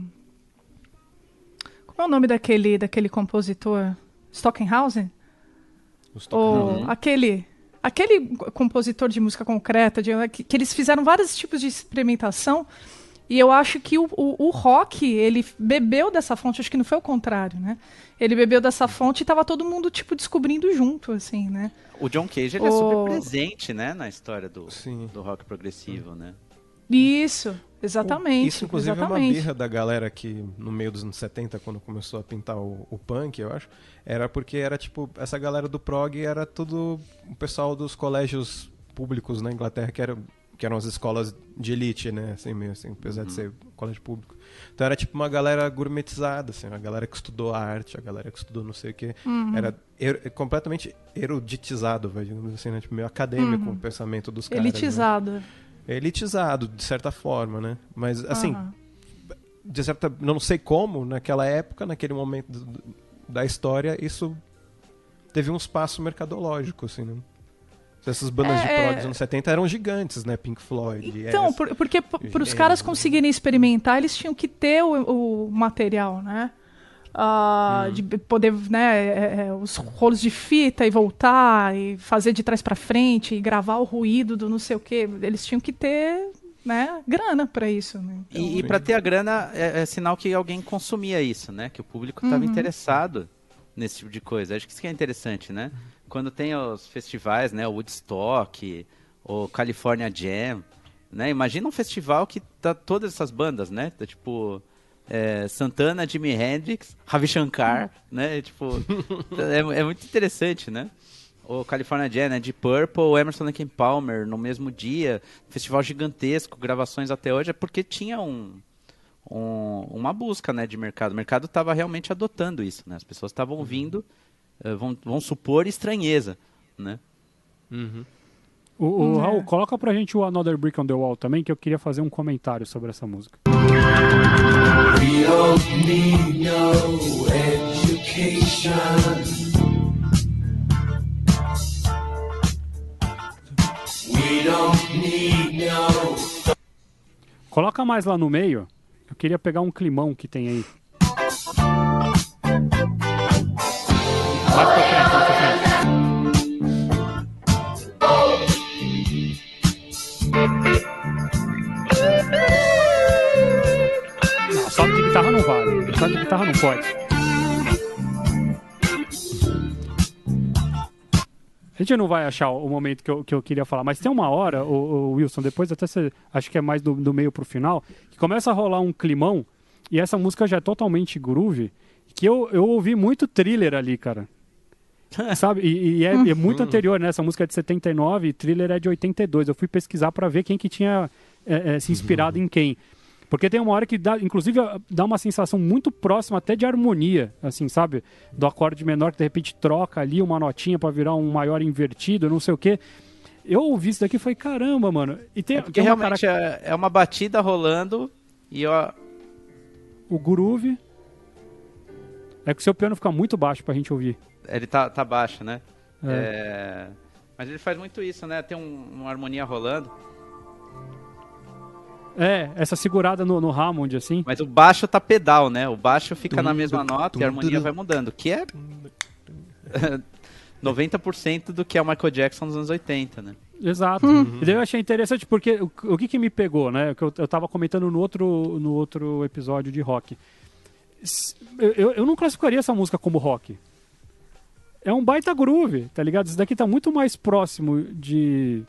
Como é o nome daquele, daquele compositor? Stockenhausen? Os Ou Uhum. aquele, aquele compositor de música concreta, de- que, que eles fizeram vários tipos de experimentação, e eu acho que o, o, o rock, ele bebeu dessa fonte, acho que não foi o contrário, né? Ele bebeu dessa fonte e tava todo mundo, tipo, descobrindo junto, assim, né? O John Cage, ele é O- super presente, né? Na história do, Sim. do rock progressivo, né? Isso, exatamente. Isso, inclusive, é uma exatamente. birra da galera que, no meio dos anos setenta, quando começou a pintar o, o punk, eu acho, era porque era, tipo, essa galera do prog era tudo o pessoal dos colégios públicos na Inglaterra, que, era, que eram as escolas de elite, né, assim mesmo, assim, apesar de ser colégio público. Então era, tipo, uma galera gourmetizada, assim, a galera que estudou arte, a galera que estudou não sei o quê. Era er- completamente eruditizado, vai, digamos assim, né, tipo, meio acadêmico o pensamento dos caras. Né? Elitizado. Elitizado, de certa forma, né? Mas, assim, Aham. de certa... não sei como, naquela época, naquele momento do- da história, isso teve um espaço mercadológico, assim, né? Essas bandas de É, prog dos anos setenta eram gigantes, né? Pink Floyd. Então, Yes. por- porque para os É. caras conseguirem experimentar, eles tinham que ter o, o material, né? Ah, de poder, né, é, é, os rolos de fita e voltar, e fazer de trás para frente, e gravar o ruído do não sei o quê. Eles tinham que ter, né, grana para isso. Né? Então, E, e para ter a grana, é, é sinal que alguém consumia isso, né? Que o público estava interessado nesse tipo de coisa. Acho que isso que é interessante, né? Quando tem os festivais, né? O Woodstock, o California Jam, né? Imagina um festival que tá todas essas bandas, né? Tá, tipo, é, Santana, Jimi Hendrix, Ravi Shankar, né? Tipo, é, é muito interessante, né? O California Jam, né? De Purple, Emerson Lake and Palmer no mesmo dia, festival gigantesco, gravações até hoje, é porque tinha um, um, uma busca, né, de mercado. O mercado estava realmente adotando isso, né? As pessoas estavam vindo, uh, vão, vão supor estranheza, né? Uhum. O, o É. Raul, coloca pra gente o Another Brick on the Wall também, que eu queria fazer um comentário sobre essa música. We don't need no education. We don't need no. Coloca mais lá no meio. Eu queria pegar um climão que tem aí. Mais pra frente, mais pra frente. Não, só de guitarra não vale. Só de guitarra não pode. A gente não vai achar o momento que eu, que eu queria falar, mas tem uma hora, o, o Wilson, depois até você, acho que é mais do, do meio pro final, que começa a rolar um climão, e essa música já é totalmente groove, que eu, eu ouvi muito Thriller ali, cara. Sabe? E, e é, é muito anterior, né? Essa música é de setenta e nove e Thriller é de oitenta e dois. Eu fui pesquisar pra ver quem que tinha é, é, se inspirado em quem. Porque tem uma hora que dá, inclusive, dá uma sensação muito próxima até de harmonia, assim, sabe? Do acorde menor que de repente troca ali uma notinha pra virar um maior invertido, não sei o quê. Eu ouvi isso daqui e falei, caramba, mano. E tem, É porque tem uma realmente cara... é, é uma batida rolando e ó, O groove. É que o seu piano fica muito baixo pra gente ouvir. ele tá, tá baixo, né? É. É, mas ele faz muito isso, né? Tem um- uma harmonia rolando, É, essa segurada no, no Hammond, assim. mas o baixo tá pedal, né? O baixo fica na Tum, mesma tum, nota e a tum, harmonia tum. vai mudando, que é noventa por cento do que é o Michael Jackson nos anos oitenta, né? Exato. E daí eu achei interessante porque o, o que que me pegou, né? O que eu, eu tava comentando no outro, no outro episódio de rock. S- Eu, eu, eu não classificaria essa música como rock. É um baita groove, tá ligado? Isso daqui tá muito mais próximo de...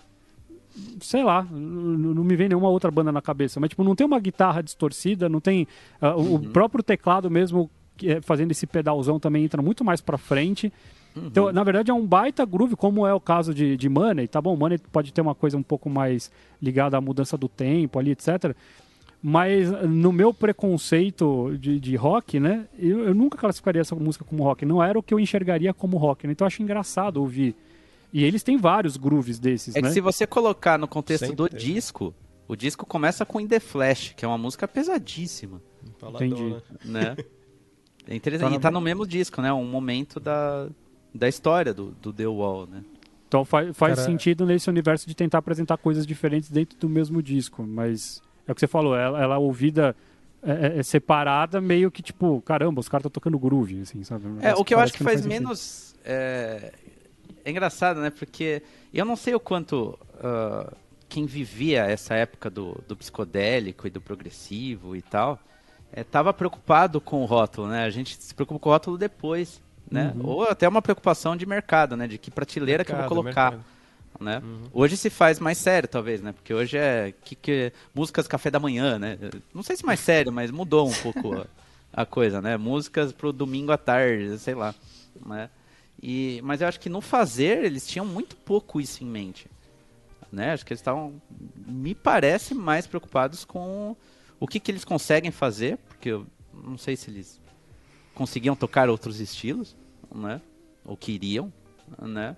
Sei lá, n- não me vem nenhuma outra banda na cabeça, mas tipo, não tem uma guitarra distorcida, não tem... ah, o- O próprio teclado mesmo, que é fazendo esse pedalzão também entra muito mais pra frente. Então, na verdade, é um baita groove, como é o caso de, de Money, tá bom? Money pode ter uma coisa um pouco mais ligada à mudança do tempo ali, etcétera. Mas no meu preconceito de, de rock, né? Eu, eu nunca classificaria essa música como rock. Não era o que eu enxergaria como rock, né? Então eu acho engraçado ouvir. E eles têm vários grooves desses, É que né? se você colocar no contexto Sem do ter. disco, o disco começa com In The Flash, que é uma música pesadíssima, Entendi. né? É interessante. Tá E na- tá no mesmo disco, né? Um momento da, da história do, do The Wall, né? Então faz, faz Cara- sentido nesse universo de tentar apresentar coisas diferentes dentro do mesmo disco. Mas é o que você falou, ela, ela ouvida é, é, é separada, meio que tipo, caramba, os caras estão tocando groove, assim, sabe? Um É, negócio o que eu parece acho que não faz sentido. menos... É... é engraçado, né? Porque eu não sei o quanto ah, quem vivia essa época do, do psicodélico e do progressivo e tal, estava preocupado com o rótulo, né? A gente se preocupa com o rótulo depois, né? Uhum. Ou até uma preocupação de mercado, né? De que prateleira que eu vou Mercado, colocar. mercado. Né? Hoje se faz mais sério, talvez, né? Porque hoje é que, que músicas café da manhã, né? Não sei se mais sério, mas mudou um pouco a, a coisa, né? Músicas pro domingo à tarde, sei lá, né? E, mas eu acho que no fazer eles tinham muito pouco isso em mente, né? Acho que eles estavam, me parece, mais preocupados com o que, que eles conseguem fazer, porque eu não sei se eles conseguiam tocar outros estilos, né? Ou queriam, né?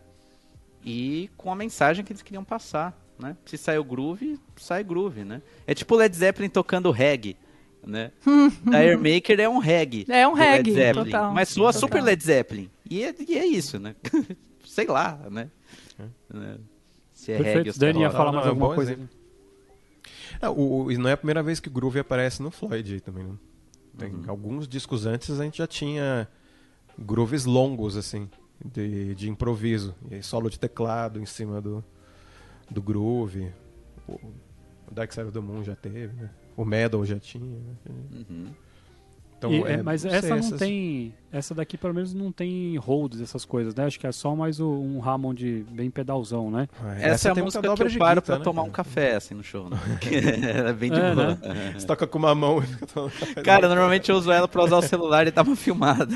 E com a mensagem que eles queriam passar, né? Se saiu groove, sai groove, né? É tipo Led Zeppelin tocando reggae, né? Tire Maker é um reggae. É um do Led reggae, Zeppelin, total, mas soa total. super Led Zeppelin. E é, e é isso, né? Sei lá, né? Né? se é reggae ou Perfeito. se é Dani ia rock. falar Não, mais não, é alguma bom coisa? exemplo. Não, o, o- e não é a primeira vez que o groove aparece no Floyd aí também, né? Tem Uhum. alguns discos antes a gente já tinha grooves longos, assim, de, de improviso. E aí solo de teclado em cima do, do groove. O, o Dark Side of the Moon já teve, né? O Metal já tinha. Né? Uhum. Então, E- é, é, mas não essa sei, não essas- tem. Essa daqui pelo menos não tem holds, essas coisas, né? Acho que é só mais o- um Hammond bem pedalzão, né? Ah, Essa, é a tem música muita que dobra eu de paro guitarra, pra né, tomar cara? um café, assim, no show, né? Porque ela é bem de É, boa. Você toca com uma mão e fica tomando café. Cara, normalmente eu uso ela pra usar o celular e dar uma filmada.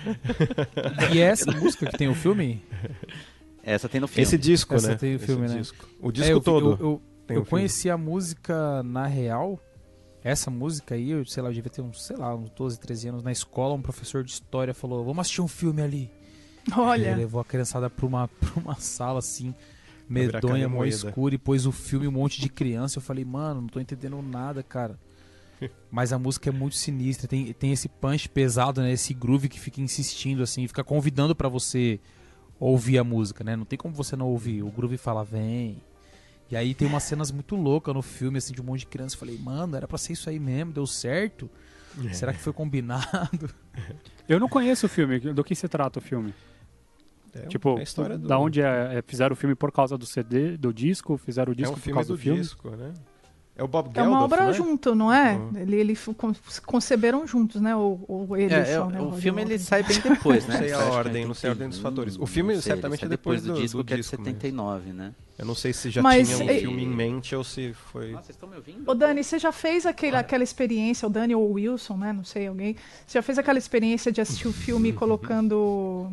E é essa música que tem o filme? Essa tem no filme. Esse disco, Essa né? tem o Esse filme, né? disco. O disco É, eu, todo. Eu, eu, tem eu o filme. conheci a música na real. Essa música aí, eu sei lá, eu devia ter uns, sei lá, uns doze, treze anos na escola. Um professor de história falou: vamos assistir um filme ali. Ele Olha, levou a criançada pra uma, pra uma sala assim, virar carne medonha, mó moída. escura, e pôs o filme, um monte de criança. Eu falei, mano, não tô entendendo nada, cara. Mas a música é muito sinistra, tem, tem esse punch pesado, né? Esse groove que fica insistindo, assim, fica convidando pra você ouvir a música, né? Não tem como você não ouvir. O groove fala, vem. E aí tem umas cenas muito loucas no filme, assim, de um monte de criança. Eu falei, mano, era pra ser isso aí mesmo, deu certo? Será que foi combinado? Eu não conheço o filme. Do que se trata o filme? É, Tipo, é a história do... da onde é, é- fizeram o filme por causa do C D, do disco? Fizeram o É disco um por filme causa do, do filme? disco, né? É o Bob é Geldof, uma obra né? junto, não é? Uhum. Ele, ele f- con- conceberam juntos, né? Ou, ou eles É, é, só, né? o Roger filme ele Waters. sai bem depois, Não né? sei a Acho que ordem, é não sei a ordem dos oitenta e um, fatores. O filme não sei, ele certamente sai é depois do- disco, do que é de disco setenta e nove, né? Eu não sei se já Mas, tinha um é- filme em mente ou se foi... Nossa, vocês estão me ouvindo? Ô Dani, você já fez aquele, aquela experiência, o Dani ou o Wilson, né? Não sei, alguém. Você já fez aquela experiência de assistir o filme colocando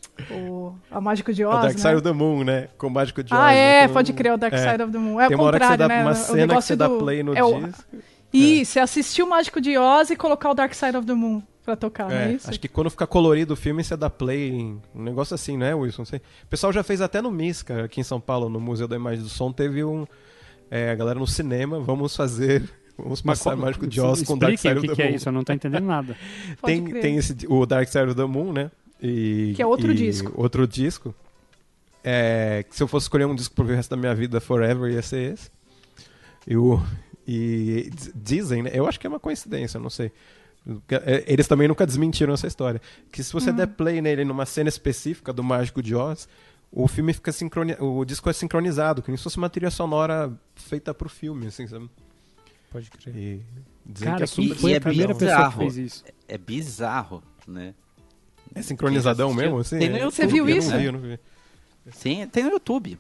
o, a Mágico de É o Oz, Dark né? Side of the Moon, né? Com o Mágico de Oz. Ah, é, então- pode crer, o Dark é. Side of the Moon. É Tem o uma hora que você contrário, dá né? uma O cena que negócio você dá do- play no é o- disco. Isso, você assistiu o Mágico de Oz e colocar o Dark Side of the Moon pra tocar, não é É, isso? acho que quando fica colorido o filme, você dá play em um negócio assim, né, Wilson? Não sei. O pessoal já fez até no M I S, cara, aqui em São Paulo, no Museu da Imagem do Som, teve um... É, a galera no cinema, vamos fazer... Vamos passar como- Mágico de Oz com Dark expliquem Side o que, of the que é Moon. isso, eu não tô entendendo nada. Pode Tem, crer. tem esse, o Dark Side of the Moon, né? E, Que é outro e disco. Outro disco. É, que se eu fosse escolher um disco pro resto da minha vida, Forever, ia ser esse. E, o, e d- dizem, né? Eu acho que é uma coincidência, não sei. É, Eles também nunca desmentiram essa história. Que se você Hum. der play nele numa cena específica do Mágico de Oz, o filme fica sincronizado. O disco é sincronizado, que nem se fosse uma trilha sonora feita pro filme, assim, sabe? Pode crer. E dizem Cara, que é quem super foi e a é primeira pessoa bizarro. que fez isso? É bizarro, né? É sincronizadão Quem já mesmo, assistiu? assim? Tem no É- YouTube, Você viu eu isso? Não vi, eu não vi. Sim, tem no YouTube.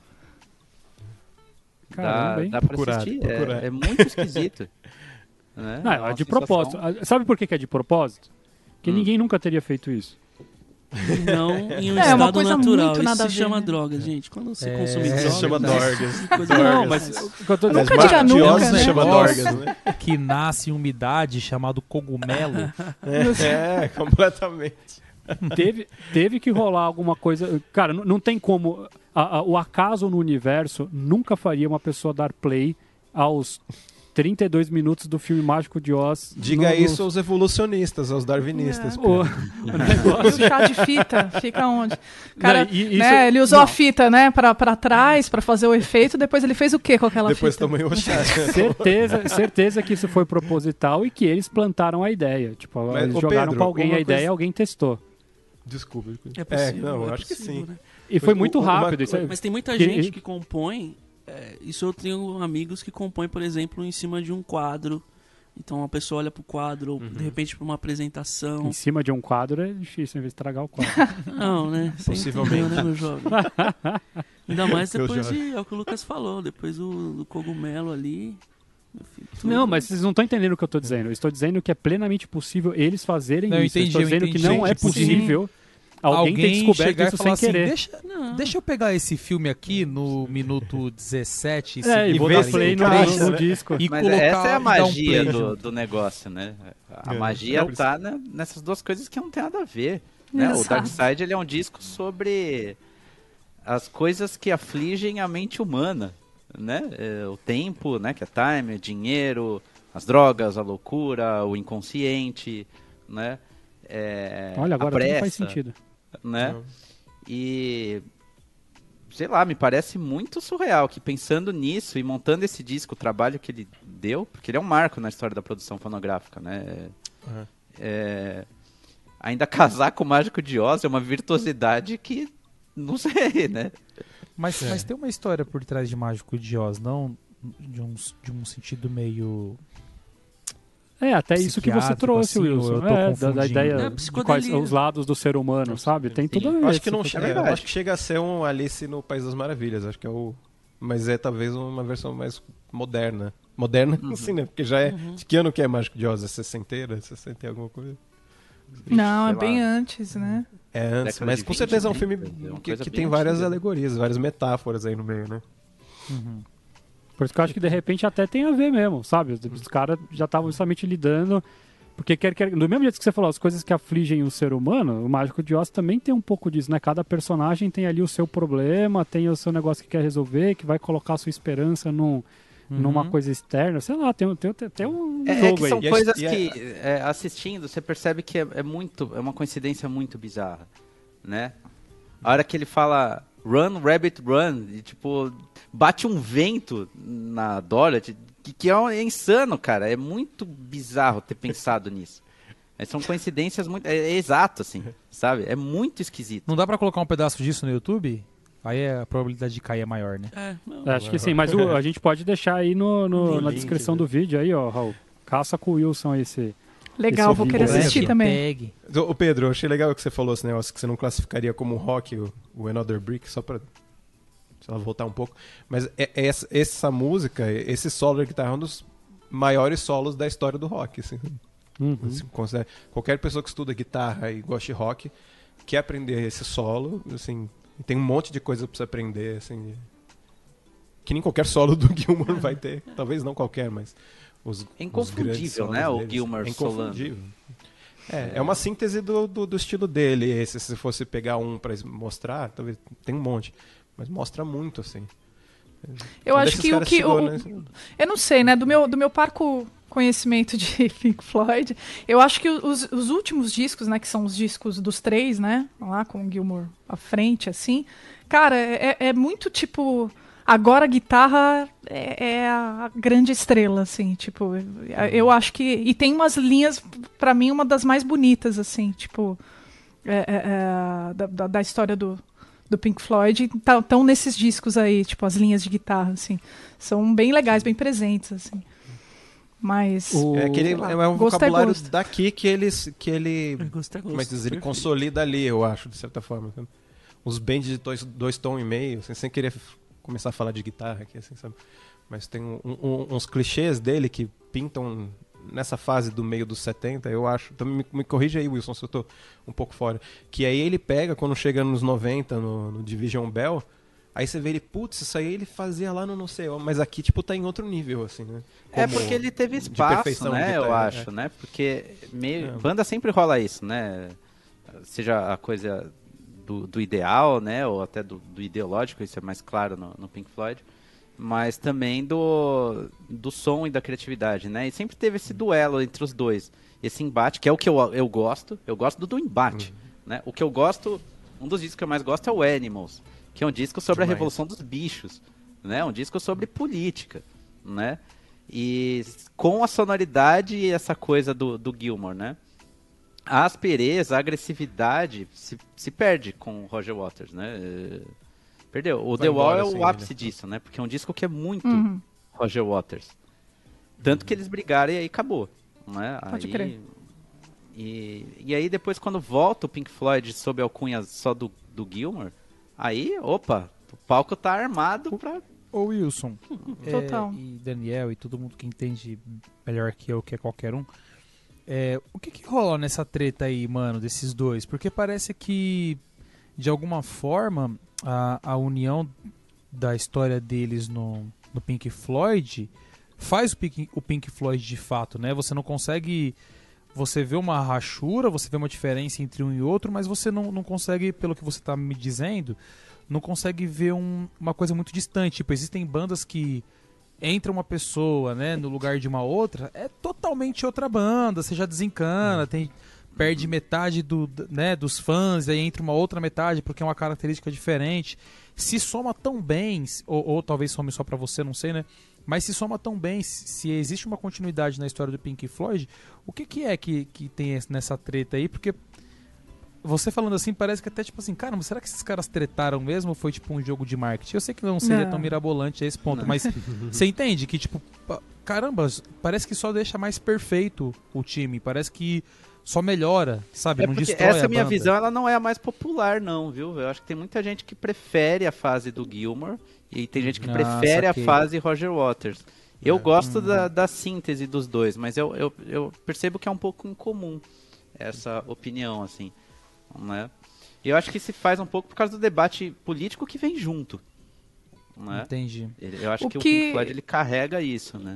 Caramba, dá, hein? dá pra Procurar, assistir. procurar. É, é muito esquisito. né? Não, É é uma de sensação- propósito. Ah, sabe por que que é de propósito? Porque Hum. ninguém nunca teria feito isso. Não em um É, uma estado coisa natural. muito Isso nada se a ver, chama né? droga, gente. Quando você É, consome se droga... chama né? dorgas. Que coisa Não, mais- mas o que eu tô Nunca dizendo- diga Mágico de nunca, Oz né? se chama Negócio. dorgas, né? Que nasce em umidade chamado cogumelo. É, completamente. teve, teve que rolar alguma coisa. Cara, não, não tem como. a- a- o acaso no universo nunca faria uma pessoa dar play aos trinta e dois minutos do filme Mágico de Oz. Diga no- no- isso aos evolucionistas, aos darwinistas. É. O, o E negócio. o chá de fita fica onde? Cara, Não, e- isso- né, ele usou não. a fita, né, pra, pra trás, pra fazer o efeito, depois ele fez o que com aquela Depois fita? também o chá. Certeza, certeza que isso foi proposital e que eles plantaram a ideia. Tipo, Mas, eles ô, jogaram Pedro, pra alguém uma a ideia coisa- e alguém testou. Desculpa. É possível, É, não, eu é acho que possível, sim. né? E foi Mas muito uma- rápido. Isso é- Mas tem muita que- gente que compõe. é, isso eu tenho amigos que compõem, por exemplo, em cima de um quadro. Então a pessoa olha pro quadro, ou Uhum. de repente pra uma apresentação. Em cima de um quadro é difícil em vez de estragar o quadro. Não, né? Você Possivelmente. entendeu, né, meu jovem? Ainda mais Meu depois jovem. de. É o que o Lucas falou, depois do, do cogumelo ali. meu filho, tudo- Não, mas vocês não estão entendendo o que eu estou dizendo. Eu estou dizendo que é plenamente possível eles fazerem Não, eu isso. Eu entendi, estou eu dizendo que entendi. não é Tipo, possível alguém, ter descoberto chegar isso e falar sem assim, querer. deixa, Não. deixa eu pegar esse filme aqui no minuto dezessete É, e segundo vou ver dar se play no, encaixa, no né? disco. e Mas colocar essa é a e dar um magia play do, junto. do negócio, né? A É. magia Não, tá né, nessas duas coisas que não tem nada a ver. Né? O Exato. Dark Side ele é um disco sobre as coisas que afligem a mente humana, né? É, o tempo, né? Que é time, dinheiro, as drogas, a loucura, o inconsciente, né? É, Olha, a agora tudo pressa, faz sentido. né? Não. E sei lá, me parece muito surreal que pensando nisso e montando esse disco, o trabalho que ele deu, porque ele é um marco na história da produção fonográfica, né? Uhum. É, ainda casar com o Mágico de Oz é uma virtuosidade que não sei, né? Mas, mas tem uma história por trás de Mágico de Oz, não de um, de um sentido meio... É, até isso que você psiquiátrico, trouxe, assim, Wilson. ou eu tô É, da, da confundindo? ideia É, de psicodelia. quais os lados do ser humano, sabe? Tem tudo a ver. Eu acho que não Isso chega, verdade. eu acho que chega a ser um Alice no País das Maravilhas, acho que é o, mas é talvez uma versão mais moderna. Moderna, assim, né? Porque já é, de que ano que é Mágico de Oz? É sessenteira? sessenta e alguma coisa? Não, é sei bem lá. antes, né? É antes, Década mas de com vinte, certeza é um trinta, filme é uma que, coisa que bem tem várias antiga. alegorias, várias metáforas aí no meio, né? Por isso que eu acho que de repente até tem a ver mesmo, sabe? Os, os caras já estavam justamente lidando. Porque quer, quer, do mesmo jeito que você falou, as coisas que afligem o ser humano, o Mágico de Oz também tem um pouco disso, né? Cada personagem tem ali o seu problema, tem o seu negócio que quer resolver, que vai colocar a sua esperança num, numa coisa externa. Sei lá, tem, tem, tem, tem um É, é jogo que são aí. E a- coisas e a- que, é, assistindo, você percebe que é, é muito, é uma coincidência muito bizarra, né? A hora que ele fala run, rabbit, run, e tipo, bate um vento na Dorothy, que, que é, um- é insano, cara. É muito bizarro ter pensado nisso. É, são coincidências muito... É, é exato, assim, sabe? É muito esquisito. Não dá pra colocar um pedaço disso no YouTube? Aí a probabilidade de cair é maior, né? É, não. É, acho que sim, mas o- a gente pode deixar aí no, no- No na link, descrição né? do vídeo aí, ó, Raul. Caça com o Wilson esse. Legal, Esse vou vídeo querer aí. assistir também. Pegue. Ô Pedro, eu achei legal o que você falou, esse negócio que você não classificaria como rock o, o Another Brick, só pra sei lá, voltar um pouco. Mas é, é essa, essa música, esse solo de guitarra é um dos maiores solos da história do rock. Assim. Uhum. Assim, considera- qualquer pessoa que estuda guitarra e gosta de rock quer aprender esse solo, assim, e tem um monte de coisa pra você aprender, assim, que nem qualquer solo do Gilmour vai ter. Talvez não qualquer, mas os, os Inconfundível, grandes solos né, o deles. Gilmour É inconfundível. É, é uma síntese do, do, do estilo dele. Esse, se fosse pegar um pra mostrar, talvez tem um monte, mas mostra muito, assim. Eu Um acho desses que o caras que. chegou, o- né? Eu não sei, né? Do meu, do meu parco conhecimento de Pink Floyd, eu acho que os, os últimos discos, né? Que são os discos dos três, né? Lá com o Gilmour à frente, assim. Cara, é, é muito tipo. Agora a guitarra é, é a grande estrela, assim, tipo, eu acho que. E tem umas linhas, pra mim, uma das mais bonitas, assim, tipo, é, é, é, da, da, da história do, do Pink Floyd. Estão nesses discos aí, tipo, as linhas de guitarra, assim. São bem legais, bem presentes, assim. Mas. O- É, que ele, sei lá, é um gosto é vocabulário gosto. daqui que ele, que ele Gosto é gosto. como é que diz, ele Perfeito. consolida ali, eu acho, de certa forma. Sabe? Os bends de dois, dois tons e meio, assim, sem querer f- começar a falar de guitarra aqui, assim, sabe? Mas tem um- um- uns clichês dele que pintam nessa fase do meio dos setenta, eu acho. Então me, me corrija aí, Wilson, se eu tô um pouco fora. Que aí ele pega, quando chega nos noventa, no, no Division Bell, aí você vê ele, putz, isso aí ele fazia lá no não sei, onde, mas aqui, tipo, tá em outro nível, assim, né? É Como porque ele teve de espaço, perfeição né? de Eu guitarra, acho, é. né? Porque meio, É. banda sempre rola isso, né? Seja a coisa do, do ideal, né? Ou até do, do ideológico, isso é mais claro no, no Pink Floyd. Mas também do, do som e da criatividade, né? E sempre teve esse duelo entre os dois. Esse embate, que é o que eu, eu gosto. Eu gosto do, do embate, Uhum. né? O que eu gosto, um dos discos que eu mais gosto é o Animals, que é um disco sobre Demais. a revolução dos bichos, né? Um disco sobre política, né? E com a sonoridade e essa coisa do, do Gilmour, né? A aspereza, a agressividade se, se perde com o Roger Waters, né? É, perdeu. O Vai The Wall embora, é o assim, ápice né? disso, né? Porque é um disco que é muito Uhum. Roger Waters. Tanto que eles brigaram e aí acabou, né? Pode aí, crer. E, e aí depois quando volta o Pink Floyd sob a alcunha só do, do Gilmour, aí, opa, o palco tá armado pra... Ô Wilson, é, Total. e Daniel e todo mundo que entende melhor que eu, que é qualquer um, é, o que que rola nessa treta aí, mano, desses dois? Porque parece que, de alguma forma, a, a união da história deles no, no Pink Floyd faz o Pink, o Pink Floyd de fato, né? Você não consegue... Você vê uma rachura, você vê uma diferença entre um e outro, mas você não, não consegue, pelo que você está me dizendo, não consegue ver um- uma coisa muito distante. Tipo, existem bandas que entra uma pessoa, né, no lugar de uma outra, é totalmente outra banda, você já desencana, tem perde metade do, né, dos fãs, e aí entra uma outra metade porque é uma característica diferente. Se soma tão bem, ou, ou talvez some só pra você, não sei, né? Mas se soma tão bem, se, se existe uma continuidade na história do Pink Floyd, o que, que é que, que tem nessa treta aí? Porque você falando assim, parece que até tipo assim, caramba, será que esses caras tretaram mesmo ou foi tipo um jogo de marketing? Eu sei que não seria Não. tão mirabolante a esse ponto, Não. mas você entende que tipo, pa- caramba, parece que só deixa mais perfeito o time, parece que só melhora, sabe? É Não porque destrói essa a minha banda. visão, ela não é a mais popular, não, viu? Eu acho que tem muita gente que prefere a fase do Gilmour e tem gente que Ah, prefere saquei. a fase Roger Waters. Eu É. gosto da, da síntese dos dois, mas eu, eu, eu percebo que é um pouco incomum essa opinião, assim, né? E eu acho que se faz um pouco por causa do debate político que vem junto, né? Entendi. Ele- Eu acho O que, o que- Pink Floyd, ele carrega isso, né?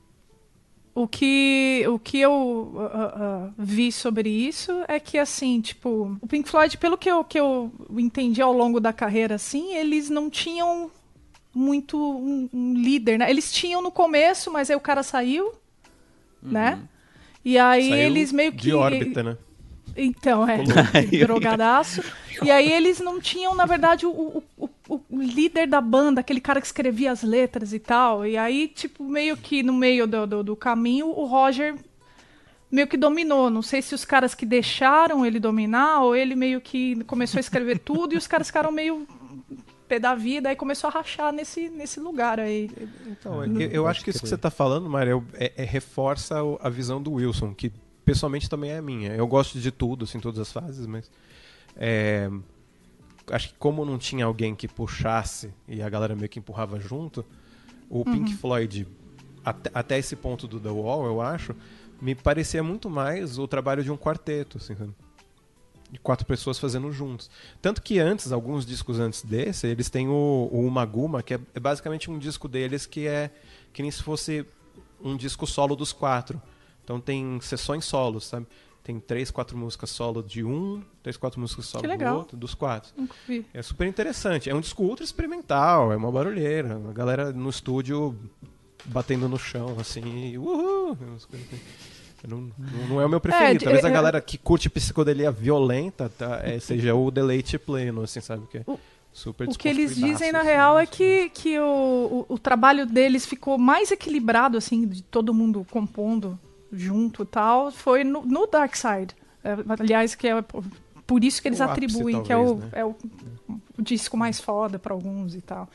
O que, o que eu ah, ah, ah, vi sobre isso é que, assim, tipo, o Pink Floyd, pelo que eu, que eu entendi ao longo da carreira, assim, eles não tinham muito um, um líder, né? Eles tinham no começo, mas aí o cara saiu, né? E aí Saiu eles meio que... de órbita, né? Então, é, drogadaço. E aí eles não tinham, na verdade, o, o, o, o líder da banda, aquele cara que escrevia as letras e tal. E aí, tipo, meio que no meio do, do, do caminho, o Roger meio que dominou. Não sei se os caras que deixaram ele dominar, ou ele meio que começou a escrever tudo e os caras ficaram meio pé da vida e começou a rachar nesse, nesse lugar aí. Então, eu, eu acho que isso que você está falando, Mário, é, é- reforça o- a visão do Wilson, que pessoalmente também é minha. Eu gosto de tudo, assim, todas as fases, mas é, acho que como não tinha alguém que puxasse e a galera meio que empurrava junto, o Pink Floyd, até, até esse ponto do The Wall, eu acho, me parecia muito mais o trabalho de um quarteto, assim, sabe? De quatro pessoas fazendo juntos. Tanto que antes, alguns discos antes desse, eles têm o, o Uma Guma, que é, é basicamente um disco deles que é que nem se fosse um disco solo dos quatro. Então tem sessões solos, sabe? Tem três, quatro músicas solo de um, três, quatro músicas solo Que do legal. outro, dos quatro. Nunca vi. É super interessante. É um disco ultra experimental, é uma barulheira. A galera no estúdio batendo no chão, assim, e uhul! umas coisas assim. Não, não- não é o meu preferido. de- Talvez a é- galera que curte psicodelia violenta tá, é, seja o deleite pleno, assim, sabe? Que é O- super O que eles desconstruidaço, dizem, na assim, real, é assim. que, que o, o, o trabalho deles ficou mais equilibrado, assim, de todo mundo compondo junto e tal, foi no, no Dark Side. É, aliás, que é por- por isso que eles O ápice, atribuem, que é, talvez, o, né? é o, o disco mais foda pra alguns e tal.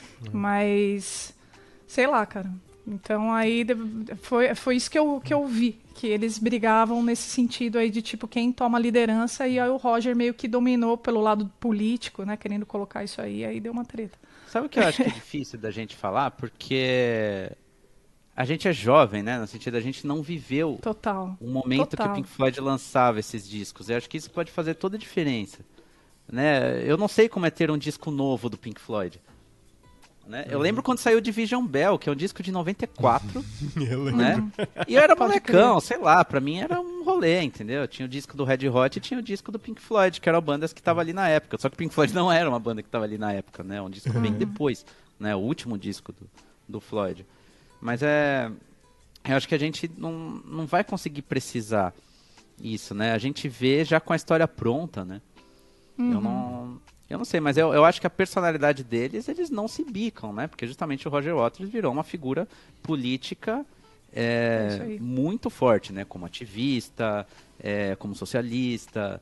Mas, sei lá, cara. Então aí de- foi, foi isso que eu, que eu vi, que eles brigavam nesse sentido aí de tipo quem toma a liderança e aí o Roger meio que dominou pelo lado político, né, querendo colocar isso aí, aí deu uma treta. Sabe o que eu acho que é difícil da gente falar? Porque a gente é jovem, né? No sentido, a gente não viveu Total. o momento que Total. o Pink Floyd lançava esses discos. Eu acho que isso pode fazer toda a diferença. Né? Eu não sei como é ter um disco novo do Pink Floyd. Né? Eu lembro quando saiu Division Bell, que é um disco de noventa e quatro. Eu lembro. Né? E eu era Pode molecão, sei lá, pra mim era um rolê, entendeu? Tinha o disco do Red Hot e tinha o disco do Pink Floyd, que eram bandas que estavam ali na época. Só que o Pink Floyd não era uma banda que estava ali na época, né? Um disco bem depois, né? O último disco do, do Floyd. Mas é... Eu acho que a gente não, não vai conseguir precisar isso, né? A gente vê já com a história pronta, né? Eu não... Eu não sei, mas eu, eu acho que a personalidade deles, eles não se bicam, né? Porque justamente o Roger Waters virou uma figura política é, É isso aí. muito forte, né? Como ativista, é, como socialista,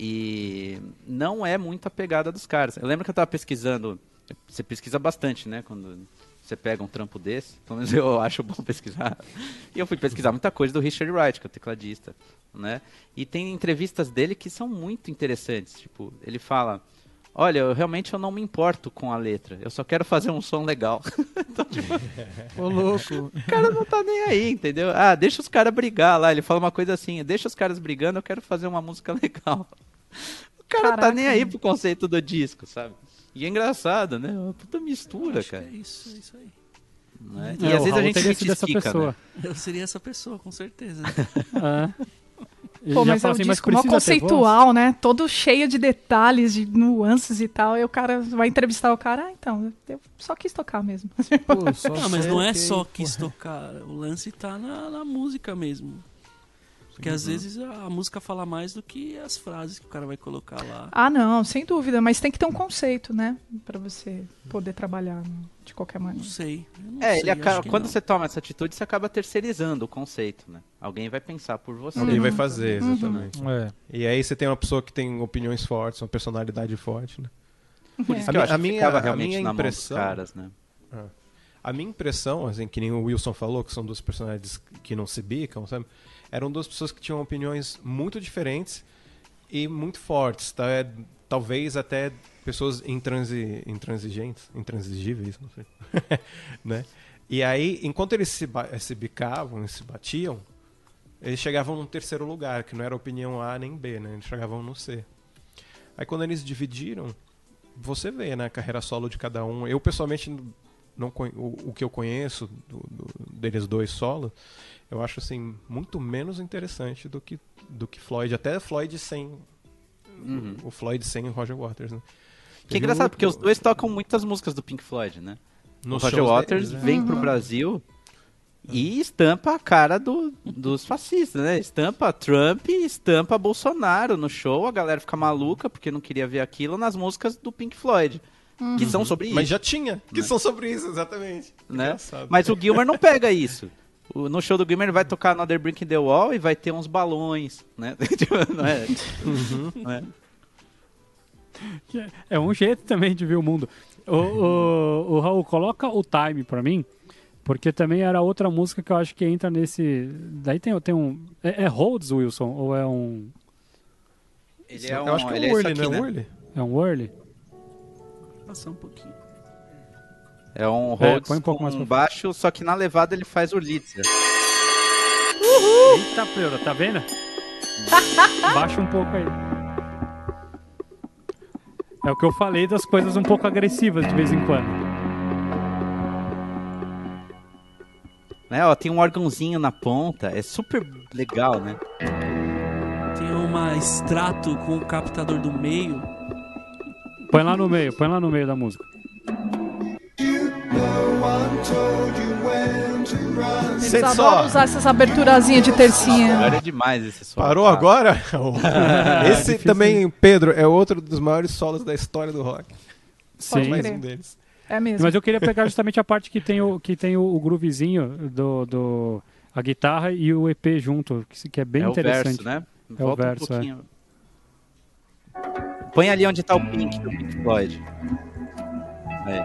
e não é muito a pegada dos caras. Eu lembro que eu estava pesquisando, você pesquisa bastante, né? Quando você pega um trampo desse, pelo menos eu acho bom pesquisar. E eu fui pesquisar muita coisa do Richard Wright, que é o tecladista, né? E tem entrevistas dele que são muito interessantes. Tipo, ele fala... Olha, eu realmente eu não me importo com a letra. Eu só quero fazer um som legal. Então, tipo, Ô, louco. o cara não tá nem aí, entendeu? Ah, deixa os caras brigar lá. Ele fala uma coisa assim, deixa os caras brigando, eu quero fazer uma música legal. O cara não tá Caraca, nem aí né? pro conceito do disco, sabe? E é engraçado, né? Uma puta mistura, Acho que cara. é isso, é isso aí. Né? É, E às o vezes a Raul gente teria se sido essa justifica, pessoa. né? Eu seria essa pessoa, com certeza. É. Ele Pô, já mas é fala um assim, disco mó precisa ter voz? conceitual, né? Todo cheio de detalhes, de nuances e tal. E o cara vai entrevistar o cara, ah, então, eu só quis tocar mesmo. Pô, só Não, mas sei não é que- só quis tocar. O lance tá na, na música mesmo. Porque às vezes a música fala mais do que as frases que o cara vai colocar lá. Ah, não, sem dúvida, mas tem que ter um conceito, né? Pra você poder trabalhar no- de qualquer Não maneira. sei. eu não É, sei, ele acho acaba, que quando não. você toma essa atitude, você acaba terceirizando o conceito, né? Alguém vai pensar por você. Alguém vai fazer, exatamente. É. E aí você tem uma pessoa que tem opiniões fortes, uma personalidade forte, né? Por isso A que eu mi- acho a que minha- ficava a realmente minha na mão dos impressão- caras, né? A minha impressão, assim, que nem o Wilson falou, que são duas personagens que não se bicam, sabe? Eram duas pessoas que tinham opiniões muito diferentes e muito fortes, tá? É, talvez até pessoas intransi, intransigentes, intransigíveis, não sei. né? E aí, enquanto eles se, ba- se bicavam e se batiam, eles chegavam num terceiro lugar, que não era opinião A nem B, né? Eles chegavam no C. Aí quando eles dividiram, você vê, né, a carreira solo de cada um. Eu, pessoalmente, não conhe- o, o que eu conheço do- do- deles dois solo, eu acho, assim, muito menos interessante do que, do que Floyd. Até Floyd sem... Uhum. O Floyd sem Roger Waters, né? Que é Teve engraçado, um- porque os dois tocam muitas músicas do Pink Floyd, né? O nos Roger shows Waters deles, né? vem pro Brasil e estampa a cara do, dos fascistas, né? Estampa Trump e estampa Bolsonaro no show. A galera fica maluca porque não queria ver aquilo nas músicas do Pink Floyd. Que são sobre Mas isso, já tinha, que Né? são sobre isso, exatamente. né? Engraçado. Mas o Gilmour não pega isso. O- No show do Gilmour ele vai tocar Another Brick in the Wall e vai ter uns balões, né? Tipo, não é? Não é? É um jeito também de ver o mundo. O, o, o Raul, coloca o Time pra mim, porque também era outra música que eu acho que entra nesse... Daí tem, tem um... É, é Rhodes, Wilson? Ou é um... Ele é um, eu acho que é ele um é isso Whirly, aqui, não é né? um Whirly? É um Whirly? Passar um pouquinho. É um É, Rhodes põe um pouco com mais pra baixo, só que na levada ele faz o Litzer. Eita, pleura, tá vendo? Baixa um pouco aí. É o que eu falei das coisas um pouco agressivas de vez em quando. Né, ó, tem um órgãozinho na ponta, é super legal, né? Tem uma extrato com o captador do meio. Põe lá no meio, põe lá no meio da música. Eles Sente adoram só. usar essas aberturazinhas de tercinha. Agora é demais esse solo. Parou Ah, agora? Esse difícil. também, Pedro, é outro dos maiores solos da história do rock. Pode Sim. Mais crer. um deles. É mesmo. Mas eu queria pegar justamente a parte que tem o, que tem o, o groovezinho do, do... a guitarra e o E P junto, que, se- que é bem é o interessante. verso, né? É o Volta verso, um pouquinho. Põe ali onde tá o Pink do Pink Floyd. Aí.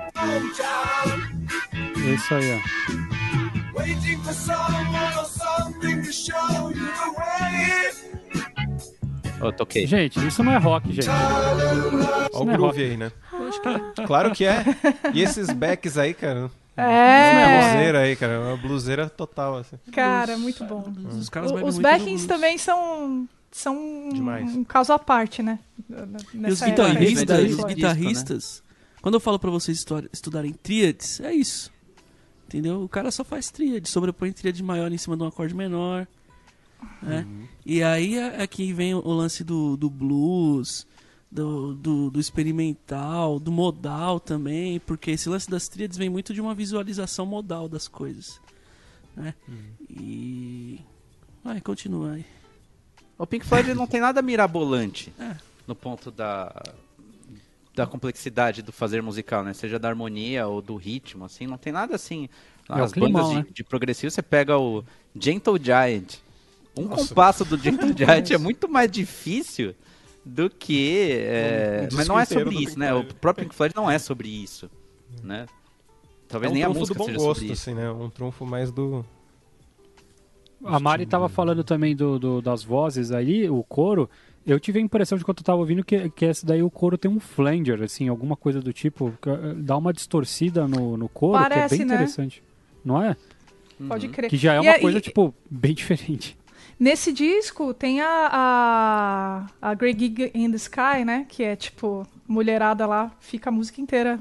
É isso aí, ó. Waiting for someone or something to show you the way. Ó, toquei. Gente, isso não é rock, gente. Olha o não é groove aí, né? Claro que é. E esses backs aí, cara. Uma É, bluseira aí, cara. Uma bluseira total, assim. cara, muito bom. Os caras O- bebem Os muito no backings blues. também são, são um- Demais. um caso à parte, né? E os Nessa época aí, guitarristas, do Pink os Floyd. guitarristas, quando eu falo pra vocês estu- estudarem tríades, é isso. Entendeu? O cara só faz tríade, sobrepõe tríade maior em cima de um acorde menor. Né? E aí é, é que vem o lance do, do blues, do, do, do experimental, do modal também, porque esse lance das tríades vem muito de uma visualização modal das coisas. Né? E. Vai, continua aí. O Pink Floyd não tem nada mirabolante É. no ponto da, da complexidade do fazer musical, né? Seja da harmonia ou do ritmo, assim, não tem nada assim. É o As climão, bandas né? de, de progressivo, você pega o Gentle Giant. Um compasso do Gentle Giant é muito mais difícil do que... é, Um mas não é disco inteiro sobre do isso, Pink né? O Floyd. próprio Pink Floyd não é sobre isso, né? Talvez É um nem a trunfo música do bom seja gosto, sobre isso. assim, né? Um trunfo mais do... A Mari tava falando também do, do- das vozes aí, o coro. Eu tive a impressão de quando eu tava ouvindo que, que esse daí o coro tem um flanger, assim, alguma coisa do tipo. que, eh, Dá uma distorcida no, no coro, Parece, que é bem né? interessante. Não é? Pode crer. Que já é E uma aí- coisa, tipo, bem diferente. Nesse disco tem a, a, a Grey Gig in the Sky, né? Que é tipo, mulherada lá, fica a música inteira.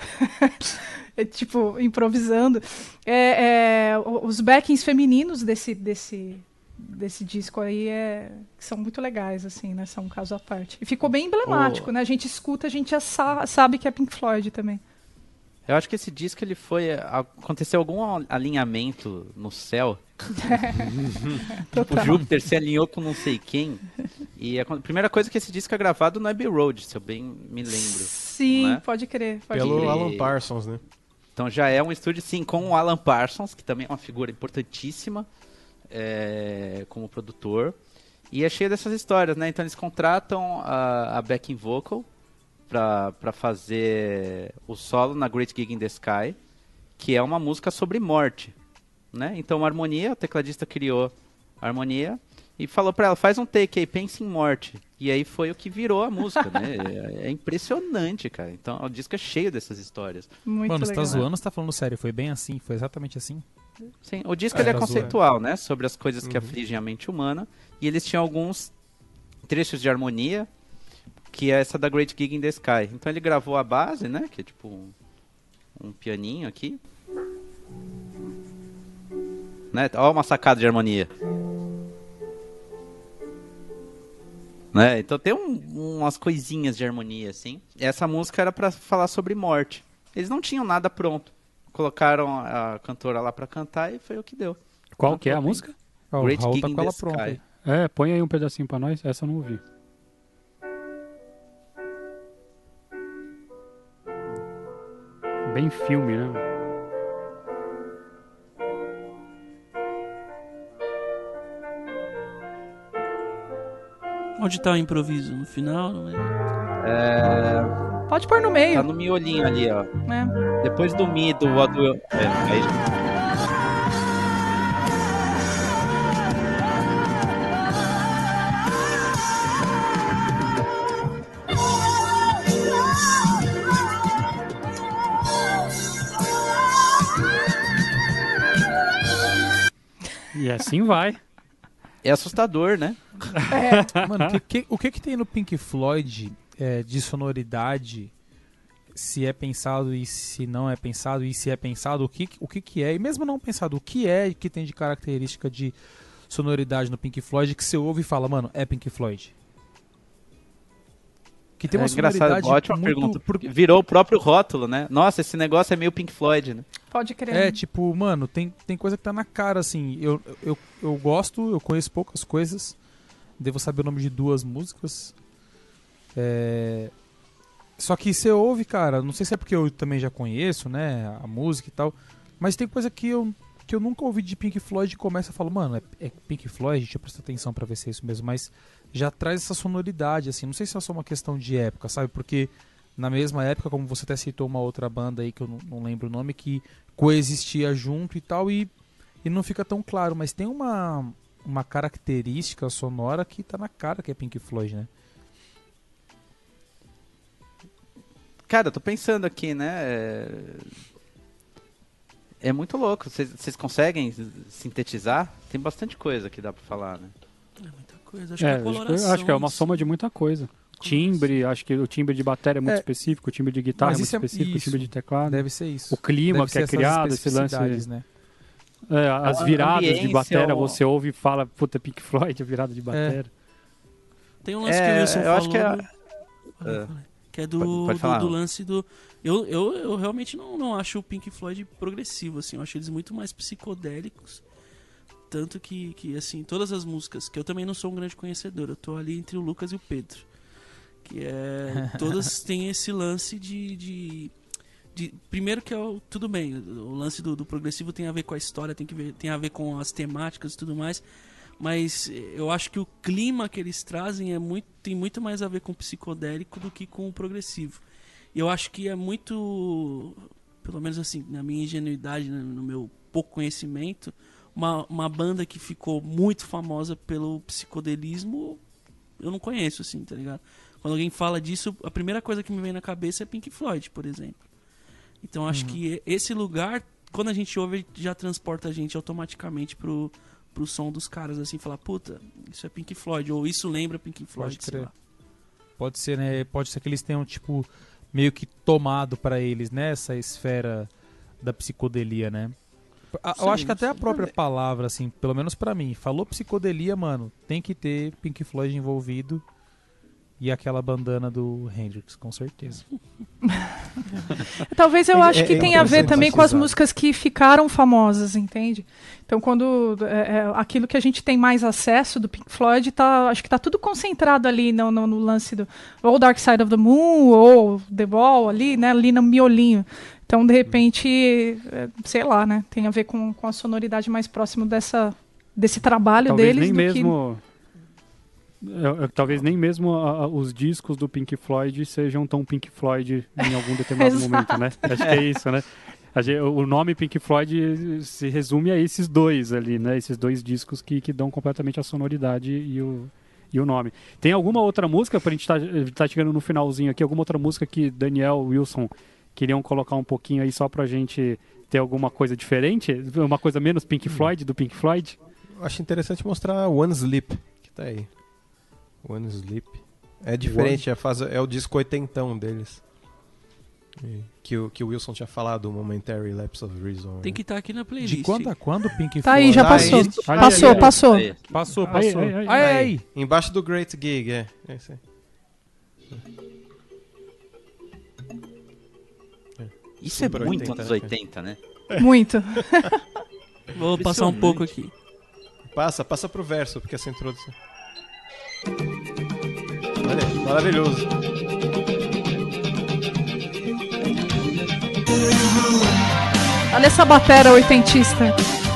É, tipo, improvisando. É, é, o- os backings femininos desse, desse, desse disco aí é, são muito legais, assim, né? São um caso à parte. E ficou bem emblemático, O- né? A gente escuta, a gente já sa- sabe que é Pink Floyd também. Eu acho que esse disco ele foi. Aconteceu algum alinhamento no céu. Tipo, o Júpiter se alinhou com não sei quem. E a primeira coisa que esse disco é gravado no Abbey Road, se eu bem me lembro. Sim, né? pode crer. Pode Pelo crer. Alan Parsons, né? Então já é um estúdio, sim, com o Alan Parsons, que também é uma figura importantíssima é, como produtor. E é cheio dessas histórias, né? Então eles contratam a, a backing vocal pra, pra fazer o solo na Great Gig in the Sky, que é uma música sobre morte, né? Então a harmonia, o tecladista criou a harmonia e falou pra ela, faz um take aí, pense em morte. E aí foi o que virou a música, né? É, é impressionante, cara. Então o disco é cheio dessas histórias. Muito Mano, você tá legal. zoando ou você tá falando sério? Foi bem assim? Foi exatamente assim? Sim, o disco É, ele é tá conceitual, né? Sobre as coisas que Uhum. afligem a mente humana. E eles tinham alguns trechos de harmonia, que é essa da Great Gig in the Sky. Então ele gravou a base, né? Que é tipo um, um pianinho aqui. Né? Ó uma sacada de harmonia. Né? Então tem um- umas coisinhas de harmonia, assim. Essa música era pra falar sobre morte. Eles não tinham nada pronto. Colocaram a cantora lá pra cantar e foi o que deu. Qual que é a Cantou bem. música? Ah, o Great Raul Gig tá in com ela the pronta Sky. aí. É, põe aí um pedacinho pra nós. Essa eu não ouvi. Bem filme, né? Onde tá o improviso? No final? Não é? Pode pôr no meio. Tá no miolinho ali, ó. né? Depois do Mi, do What Do You... É, aí... E assim vai. É assustador, né? Mano, que- que- o que que tem no Pink Floyd é, de sonoridade? Se é pensado e se não é pensado, e se é pensado, o que, o que que é? E mesmo não pensado, o que é que tem de característica de sonoridade no Pink Floyd que você ouve e fala, mano, é Pink Floyd? Que tem uma É engraçado, sonoridade ótima muito... pergunta. por- Virou o próprio rótulo, né? Nossa, esse negócio é meio Pink Floyd, né? Pode crer. É, tipo, mano, tem, tem coisa que tá na cara, assim. Eu, eu, eu gosto, eu conheço poucas coisas. Devo saber o nome de duas músicas. É... Só que você ouve, cara, não sei se é porque eu também já conheço, né, a música e tal. Mas tem coisa que eu, que eu nunca ouvi de Pink Floyd e começa a falar, mano, é, é Pink Floyd, deixa eu prestar atenção pra ver se é isso mesmo. Mas já traz essa sonoridade, assim. Não sei se é só uma questão de época, sabe? Porque na mesma época, como você até citou uma outra banda aí que eu não, não lembro o nome, que coexistia junto e tal, e, e não fica tão claro, mas tem uma, uma característica sonora que tá na cara que é Pink Floyd, né? Cara, eu tô pensando aqui, né? É, é muito louco. Vocês vocês conseguem sintetizar? Tem bastante coisa que dá pra falar, né? É muita coisa. Acho É, que a acho que- coloração. acho que é uma em si. soma de muita coisa. Timbre, acho que o timbre de bateria é muito É. específico, o timbre de guitarra é Mas muito isso é- específico, o timbre isso. de teclado. Deve ser isso. O clima Deve que ser é essas criado, esse especificidades, lance. né? É, as A viradas de ambiência, bateria, o- você ouve e fala, puta, Pink Floyd, a virada de bateria. Tem um lance É, que o Wilson eu falou. acho que é- do- Falei, É. falei. Que é do, Pode- pode do- falar. do lance do. Eu, eu, eu realmente não, não acho o Pink Floyd progressivo, assim. Eu acho eles muito mais psicodélicos. Tanto que, que, assim, todas as músicas, que eu também não sou um grande conhecedor, eu tô ali entre o Lucas e o Pedro. Que é. Todas têm esse lance de. de, de- primeiro que é o. Tudo bem, o lance do, do progressivo tem a ver com a história, tem, que ver, tem a ver com as temáticas e tudo mais. Mas eu acho que o clima que eles trazem é muito, tem muito mais a ver com o psicodélico do que com o progressivo. E eu acho que é muito, pelo menos assim, na minha ingenuidade, né, no meu pouco conhecimento, uma, uma banda que ficou muito famosa pelo psicodelismo, eu não conheço, assim, tá ligado? Quando alguém fala disso, a primeira coisa que me vem na cabeça é Pink Floyd, por exemplo. Então eu acho que esse lugar, quando a gente ouve, ele já transporta a gente automaticamente pro pro som dos caras, assim, falar, puta, isso é Pink Floyd, ou isso lembra Pink Floyd, Pode sei crer. lá. Pode ser, né? Pode ser que eles tenham, tipo, meio que tomado pra eles, né? Essa esfera da psicodelia, né? A- Eu Sim, acho que até a sim. própria palavra, assim, pelo menos pra mim, falou psicodelia, mano, tem que ter Pink Floyd envolvido. E aquela bandana do Hendrix, com certeza. Talvez eu É- acho que é tenha a ver interessante também com as enfatizar. músicas que ficaram famosas, entende? Então, quando é, é, aquilo que a gente tem mais acesso do Pink Floyd, tá, acho que tá tudo concentrado ali no, no, no lance do ou Dark Side of the Moon ou The Wall ali, né, ali no miolinho. Então, de repente, é, sei lá, né, tem a ver com, com a sonoridade mais próximo dessa, desse trabalho Talvez deles nem do mesmo. é, é, Talvez nem mesmo a- a- os discos do Pink Floyd sejam tão Pink Floyd em algum determinado Exato. momento, né? Acho que é isso, né? A gen- O nome Pink Floyd se resume a esses dois ali, né? Esses dois discos que, que dão completamente a sonoridade e o, e o nome. Tem alguma outra música, pra gente estar tá chegando no finalzinho aqui, alguma outra música que Daniel, Wilson queriam colocar um pouquinho aí só pra gente ter alguma coisa diferente? Uma coisa menos Pink Floyd, do Pink Floyd? Eu acho interessante mostrar One Sleep, que tá aí. One Sleep. É diferente, é, faz, é o disco oitentão deles. E Que o, que o Wilson tinha falado, o Momentary Lapse of Reason. Tem que estar aqui na playlist. De quando a quando o Pink Tá aí, Floyd... já Tá passou. aí. Aí, Passou, aí, aí. passou. Aí. Passou, Aí, passou. aí, aí. Aí, aí. Embaixo do Great Gig, é. É isso aí. Isso é Super muito oitenta, anos né? oitenta, né? Muito. Vou passar um Impressionante. pouco aqui. Passa, passa pro verso, porque essa introdução. Olha, aí, maravilhoso. Olha essa batera oitentista.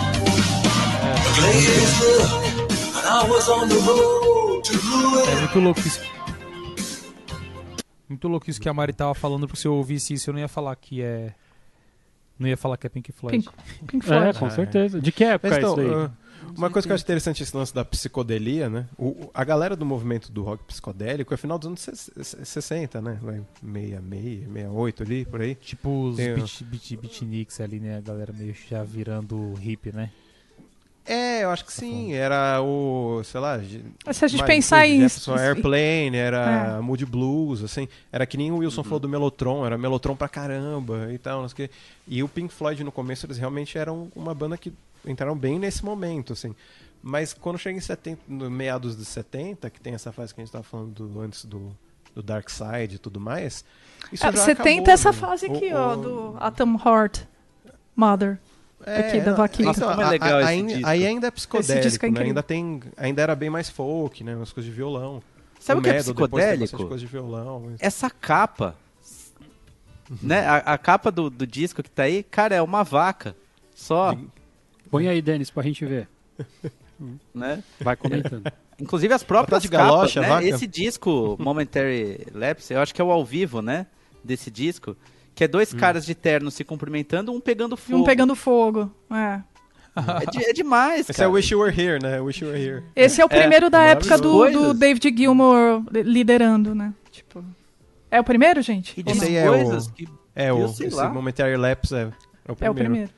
And I was on the road to ruin. É muito louco isso. Muito louco isso que a Mari tava falando, porque se eu ouvisse isso eu não ia falar que é... Não ia falar que é Pink Floyd. Pink, Pink É, Floyd. com Ah, certeza. De que época Mas, é então, isso aí? ah, uma coisa que eu acho interessante esse lance da psicodelia, né? O, o- a galera do movimento do rock psicodélico é final dos anos ses- ses- sessenta, né? Vai meia, meia, meia oito ali, por aí. Tipo os Tem, ó. beat, beat, beatniks ali, né? A galera meio já virando hippie, né? É, eu acho que sim. Era o, sei lá... Ge- Se a gente Miles pensar em... Jefferson, Airplane, era É. Moody Blues, assim. Era que nem o Wilson Uhum. falou do Mellotron, era Mellotron pra caramba e tal, não sei o quê. E o Pink Floyd no começo, eles realmente eram uma banda que entraram bem nesse momento, assim. Mas quando chega em setenta, no meados dos setenta, que tem essa fase que a gente tava falando do- antes do, do Dark Side e tudo mais, isso Ah, já setenta acabou, essa né? fase O- aqui, o- ó, do Atom Heart Mother. aqui da não, vaquinha. Nossa, como é a- legal a- esse ainda- disco. Aí ainda é Esse psicodélico, disco é né? incrível. Ainda, tem, ainda era bem mais folk, né? Umas coisas de violão. Sabe o que é Metal, depois tem bastante psicodélico? coisa de violão. mas- Essa capa, né? A, a capa do, do disco que tá aí, cara, é uma vaca. Só, Põe aí, Denis, pra gente ver. né? Vai comentando. Inclusive as próprias de capas, galocha, né? vaca? Esse disco, Momentary Lapse, eu acho que é o ao vivo, né? Desse disco. Que é dois caras de terno se cumprimentando, um pegando E fogo. um pegando fogo. É. É, de- é demais, Esse cara. é Wish You Were Here, né? Wish You Were Here. Esse é o É, primeiro da época do, maravilhoso. do David Gilmour liderando, né? Tipo. É o primeiro, gente? E Ou de não? Esse aí é coisas o- que... É, Eu o sei esse lá. Momentary Lapse é, é o É o primeiro. primeiro.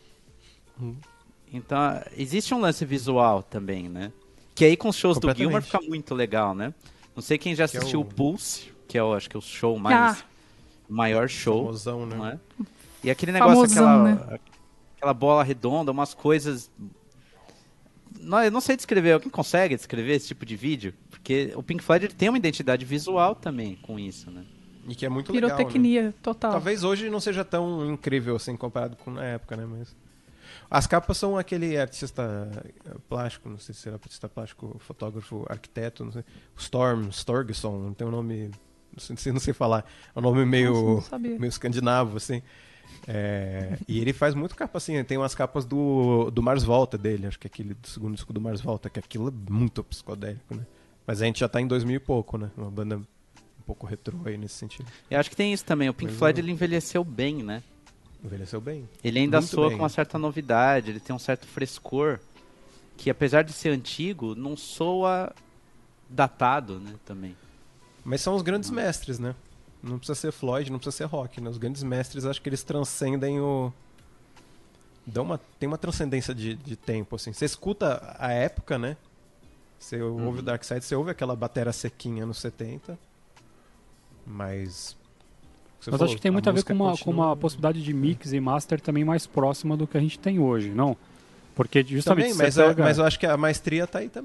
Então, existe um lance visual também, né? Que aí com os shows do Completamente. Gilmour fica muito legal, né? Não sei quem já Que é assistiu o- o Pulse, que é, o, acho que é o show mais... Ah. maior show, Famosão, né? não é? E aquele negócio, Famosão, aquela, aquela bola redonda, umas coisas... Não, eu não sei descrever, alguém consegue descrever esse tipo de vídeo? Porque o Pink Floyd ele tem uma identidade visual também com isso, né? E que é muito legal, né? Pirotecnia total. Talvez hoje não seja tão incrível assim comparado com na época, né? Mas as capas são aquele artista plástico, não sei se era artista plástico, fotógrafo, arquiteto, não sei. Storm Storgesson, não tem um nome, não sei, não sei falar. É um nome Nossa, meio não sabia. meio escandinavo assim. É, e ele faz muito capa assim, tem umas capas do, do Mars Volta dele, acho que é aquele do segundo disco do Mars Volta, que aquilo é muito psicodélico, né? Mas a gente já tá em dois mil e pouco, né? Uma banda um pouco retrô aí nesse sentido. Eu acho que tem isso também, o Pink Mas Floyd não. ele envelheceu bem, né? Envelheceu bem. Ele ainda Muito soa bem. com uma certa novidade, ele tem um certo frescor, que apesar de ser antigo, não soa datado, né, também. Mas são os grandes mestres, né? Não precisa ser Floyd, não precisa ser rock, né? Os grandes mestres, acho que eles transcendem o... Dão uma... Tem uma transcendência de, de tempo, assim. Você escuta a época, né? Você ouve o Dark Side, você ouve aquela batera sequinha nos setenta. Mas... você Mas falou, acho que tem muito a, ver música com uma, com continua- uma possibilidade de mix e master também mais próxima do que a gente tem hoje, não? Porque justamente Também, você mas, eu, pega... mas eu acho que a maestria tá aí também.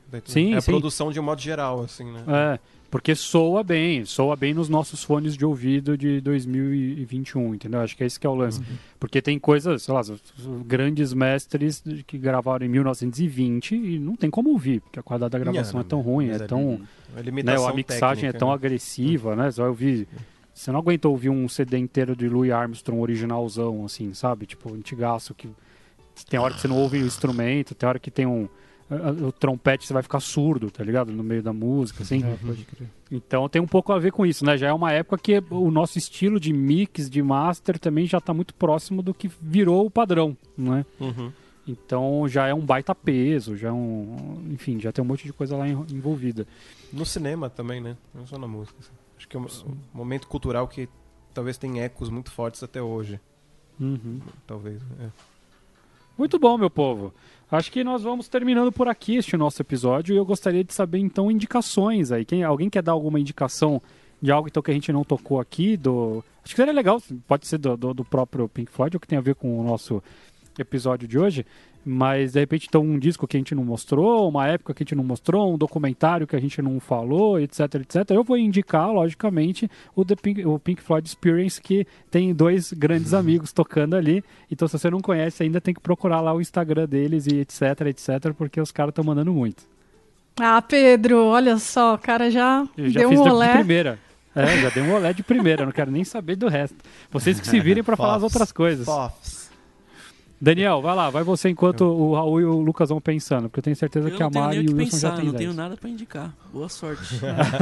Sim, é a sim. produção de um modo geral, assim, né? É, porque soa bem, soa bem nos nossos fones de ouvido de dois mil e vinte e um, entendeu? Acho que é esse que é o lance. Porque tem coisas, sei lá, os os grandes mestres que gravaram em mil novecentos e vinte e não tem como ouvir, porque a qualidade da gravação Não, é tão ruim, mas é é tão... Uma Né, limitação a mixagem técnica, é tão né? agressiva, né? Você vai ouvir... Você não aguenta ouvir um C D inteiro de Louis Armstrong originalzão, assim, sabe? Tipo, antigaço, que tem hora que você não ouve o instrumento, tem hora que tem um... O trompete você vai ficar surdo, tá ligado? No meio da música, assim. É, pode crer. Então tem um pouco a ver com isso, né? Já é uma época que o nosso estilo de mix, de master, também já tá muito próximo do que virou o padrão, né? Uhum. Então já é um baita peso, já é um... Enfim, já tem um monte de coisa lá en- envolvida. No cinema também, né? Não só na música. assim. Acho que é um um momento cultural que talvez tenha ecos muito fortes até hoje. Uhum. Talvez. É. Muito bom, meu povo. Acho que nós vamos terminando por aqui este nosso episódio e eu gostaria de saber, então, indicações aí. Quem, alguém quer dar alguma indicação de algo então, que a gente não tocou aqui? Do... Acho que seria legal, pode ser do, do, do próprio Pink Floyd, ou que tem a ver com o nosso episódio de hoje. Mas, de repente, então, um disco que a gente não mostrou, uma época que a gente não mostrou, um documentário que a gente não falou, etc, etc. Eu vou indicar, logicamente, o, The Pink, o Pink Floyd Experience, que tem dois grandes amigos tocando ali. Então, se você não conhece ainda, tem que procurar lá o Instagram deles e etc, etc, porque os caras estão mandando muito. Ah, Pedro, olha só, o cara já Eu já deu fiz um de, de olé. primeira. É, já dei um olé de primeira, não quero nem saber do resto. Vocês que se virem para falar as Fofs. outras coisas. Fofs. Daniel, vai lá, vai você enquanto o Raul e o Lucas vão pensando, porque eu tenho certeza Eu que a não tenho Mari nem e o o que Wilson já pensar, têm não tenho dez. nada pra indicar. Boa sorte.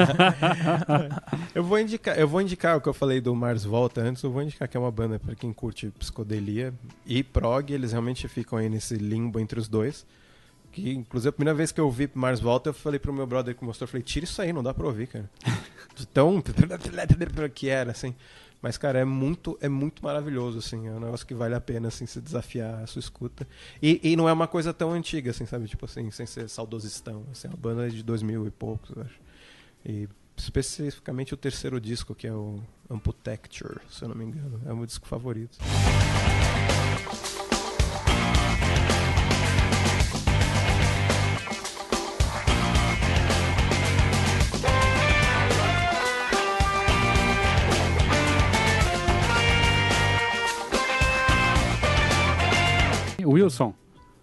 Eu vou indicar, eu vou indicar o que eu falei do Mars Volta antes, eu vou indicar que é uma banda para quem curte psicodelia e prog, eles realmente ficam aí nesse limbo entre os dois. Que, inclusive, a primeira vez que eu ouvi Mars Volta, eu falei pro meu brother que mostrou, eu falei, tira isso aí, não dá pra ouvir, cara. De tão que era, assim. Mas, cara, é muito, é muito maravilhoso, assim. É um negócio que vale a pena, assim, se desafiar a sua escuta. E, e não é uma coisa tão antiga, assim, sabe? Tipo assim, sem ser saudosistão. Assim, é uma banda de dois mil e poucos, eu acho. E especificamente o terceiro disco, que é o Amputecture, se eu não me engano. É o meu disco favorito. Wilson,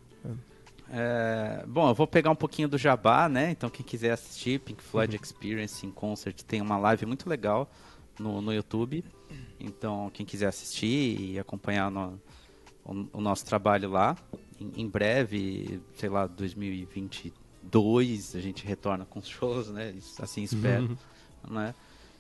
É, bom, eu vou pegar um pouquinho do jabá, né? Então quem quiser assistir Pink Floyd Experience em Concert, tem uma live muito legal no, no YouTube. Então quem quiser assistir e acompanhar no, o, o nosso trabalho lá, em, em breve, sei lá, dois mil e vinte e dois, a gente retorna com os shows, né? Assim espero, né?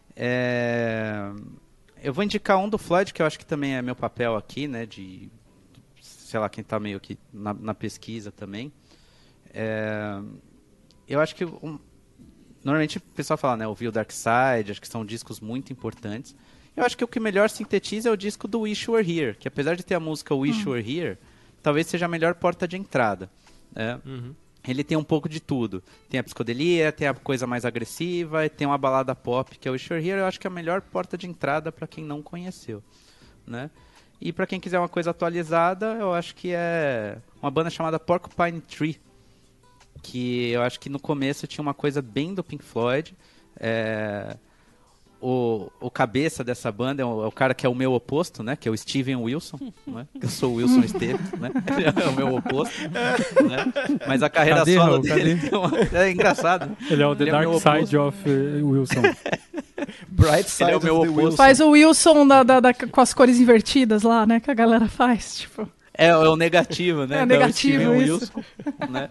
É, eu vou indicar um do Floyd, que eu acho que também é meu papel aqui, né? De sei lá, quem está meio que na, na pesquisa também. É, eu acho que um, normalmente o pessoal fala, né, ouvir o Dark Side, acho que são discos muito importantes. Eu acho que o que melhor sintetiza é o disco do Wish You Were Here, que apesar de ter a música Wish You Were Here, talvez seja a melhor porta de entrada. Né? Uhum. Ele tem um pouco de tudo. Tem a psicodelia, tem a coisa mais agressiva, e tem uma balada pop, que é o Wish You Were Here. Eu acho que é a melhor porta de entrada para quem não conheceu. Né? E para quem quiser uma coisa atualizada, eu acho que é uma banda chamada Porcupine Tree, que eu acho que no começo tinha uma coisa bem do Pink Floyd. É... O, o cabeça dessa banda é o, é o cara que é o meu oposto, né? Que é o Steven Wilson, né? Eu sou o Wilson Esteves, né? É o meu oposto, né? Mas a carreira Cadê, solo Raul? dele é, uma... é engraçado. ele é o The Ele é o Dark meu Side oposto. of uh, Wilson. Bright Side Ele é o of meu the oposto. Wilson. Faz o Wilson da, da- da- com as cores invertidas lá, né? Que a galera faz, tipo. É, é o negativo, né? É Da negativo, Steven isso. Wilson, né?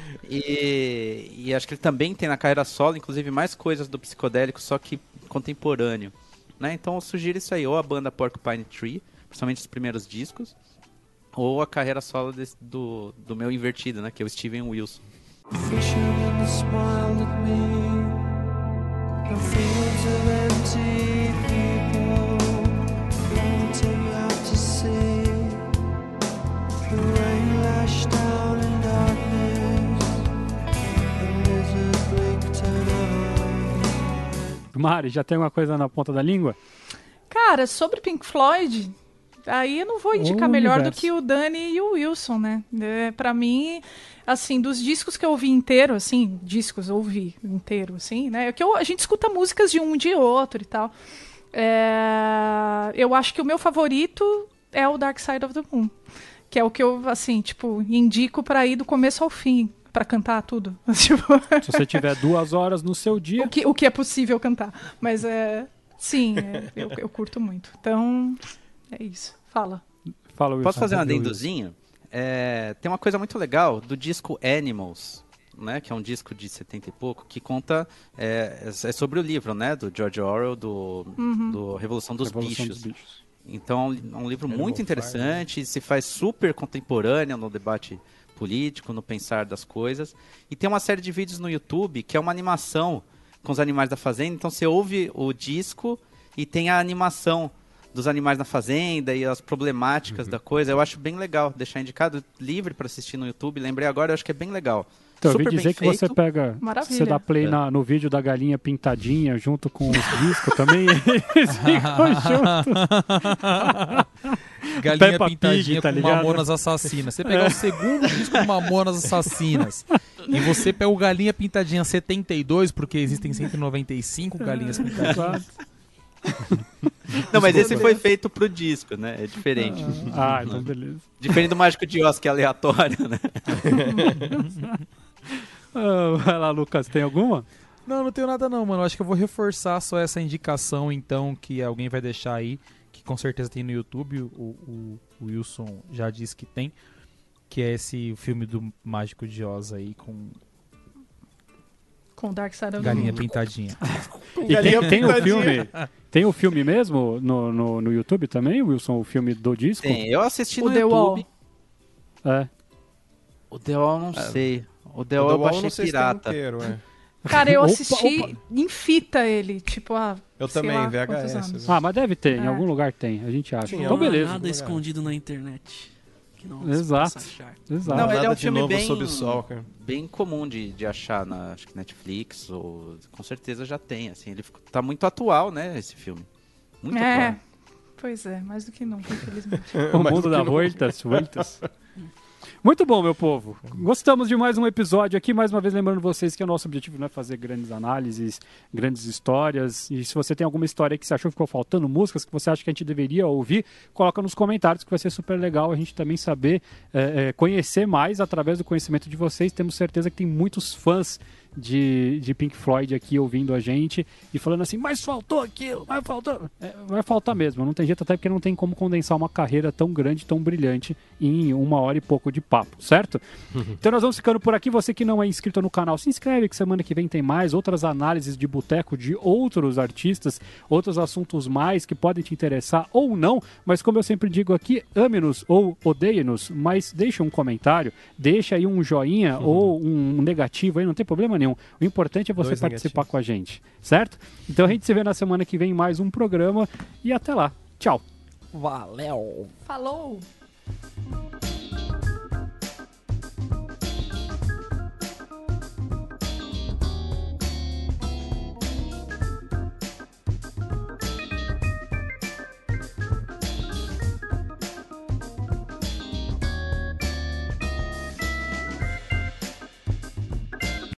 E, e acho que ele também tem na carreira solo, inclusive, mais coisas do psicodélico, só que contemporâneo. Né? Então eu sugiro isso aí, ou a banda Porcupine Tree, principalmente os primeiros discos, ou a carreira solo desse- do, do meu invertido, né? Que é o Steven Wilson. Fishermen smiled at me. The fields of empty people floating out to sea. The rain lashed down in darkness. The lizard blinked an eye. Mari, já tem alguma coisa na ponta da língua? Cara, sobre Pink Floyd, aí eu não vou O indicar melhor do universo. que o Dani e o Wilson, né? É, pra mim, assim, dos discos que eu ouvi inteiro, assim, discos eu ouvi inteiro, assim, né? Que eu, a gente escuta músicas de um de outro e tal. É, eu acho que o meu favorito é o Dark Side of the Moon, que é o que eu, assim, tipo, indico pra ir do começo ao fim, pra cantar tudo. Tipo, Se você tiver duas horas no seu dia, o, que, o que é possível cantar. Mas, é, sim, é, eu, eu curto muito. Então, é isso. Fala. fala Wilson. Posso fazer um Wilson. adendozinho? É, tem uma coisa muito legal do disco Animals, né, que é um disco de setenta e pouco, que conta, é, é sobre o livro, né, do George Orwell, do, do Revolução dos Revolução Bichos. dos Bichos. Então, é um livro Animal muito interessante, se faz super contemporâneo no debate político, no pensar das coisas. E tem uma série de vídeos no YouTube que é uma animação com os animais da fazenda. Então, você ouve o disco e tem a animação dos animais na fazenda e as problemáticas da coisa. Eu acho bem legal deixar indicado, livre para assistir no YouTube. Lembrei agora, eu acho que é bem legal. Então, eu Super ouvi bem dizer que você feito. pega, Maravilha. você dá play É. na- no vídeo da galinha pintadinha junto com os discos também, eles ficam juntos. Galinha Peppa pintadinha Pig, tá com ligado? Mamonas Assassinas. Você pegar o segundo disco do Mamonas Assassinas e você pega o Galinha Pintadinha setenta e dois, porque existem cento e noventa e cinco galinhas pintadinhas. Não, mas esse foi feito pro disco, né? É diferente. Ah, então beleza. Diferente do Mágico de Oz, que é aleatório, né? Ah, vai lá, Lucas, tem alguma? Não, não tenho nada não, mano. Eu acho que eu vou reforçar só essa indicação, então, que alguém vai deixar aí, que com certeza tem no YouTube, o, o, o Wilson já disse que tem, que é esse filme do Mágico de Oz aí, com Com Dark Side of the galinha Moon. pintadinha. E tem, tem o filme, tem o filme mesmo no, no, no YouTube também, Wilson, o filme do disco? Tem, eu assisti O no The YouTube. Wall. É. O The Wall eu não sei. O The O Wall The eu Wall baixei não sei se tem pirata. inteiro, é. Cara, eu Opa, assisti opa. em fita ele, tipo, ah, Eu sei também, lá, V H quantos S. anos. Ah, mas deve ter, em É. algum lugar tem, a gente acha. Sim, Então é um- beleza. Nada lugar. escondido na internet. Que não Exato. se possa achar. Exato. Não, Nada ele é um de filme novo bem- sob o sol, cara. Bem comum de, de achar na acho que Netflix, ou com certeza já tem, assim. Ele ficou- tá muito atual, né, esse filme. Muito É, atual. pois é, mais do que nunca, infelizmente. O Mas mundo o da que não- Vueltas, Vueltas. Muito bom, meu povo. Gostamos de mais um episódio aqui. Mais uma vez, lembrando vocês que o nosso objetivo não é fazer grandes análises, grandes histórias. E se você tem alguma história que você achou que ficou faltando, músicas que você acha que a gente deveria ouvir, coloca nos comentários, que vai ser super legal a gente também saber, é, é, conhecer mais através do conhecimento de vocês. Temos certeza que tem muitos fãs de, de Pink Floyd aqui ouvindo a gente e falando assim, mas faltou aquilo, mas faltou. É, vai faltar mesmo, não tem jeito, até porque não tem como condensar uma carreira tão grande, tão brilhante em uma hora e pouco de papo, certo? Então nós vamos ficando por aqui. Você que não é inscrito no canal, se inscreve, que semana que vem tem mais outras análises de boteco de outros artistas, outros assuntos mais que podem te interessar ou não, mas como eu sempre digo aqui, ame-nos ou odeie-nos, mas deixa um comentário, deixa aí um joinha ou um negativo aí, não tem problema nenhum. O importante é você Dois participar negativos. com a gente, certo? Então a gente se vê na semana que vem em mais um programa e até lá. Tchau! Valeu! Falou!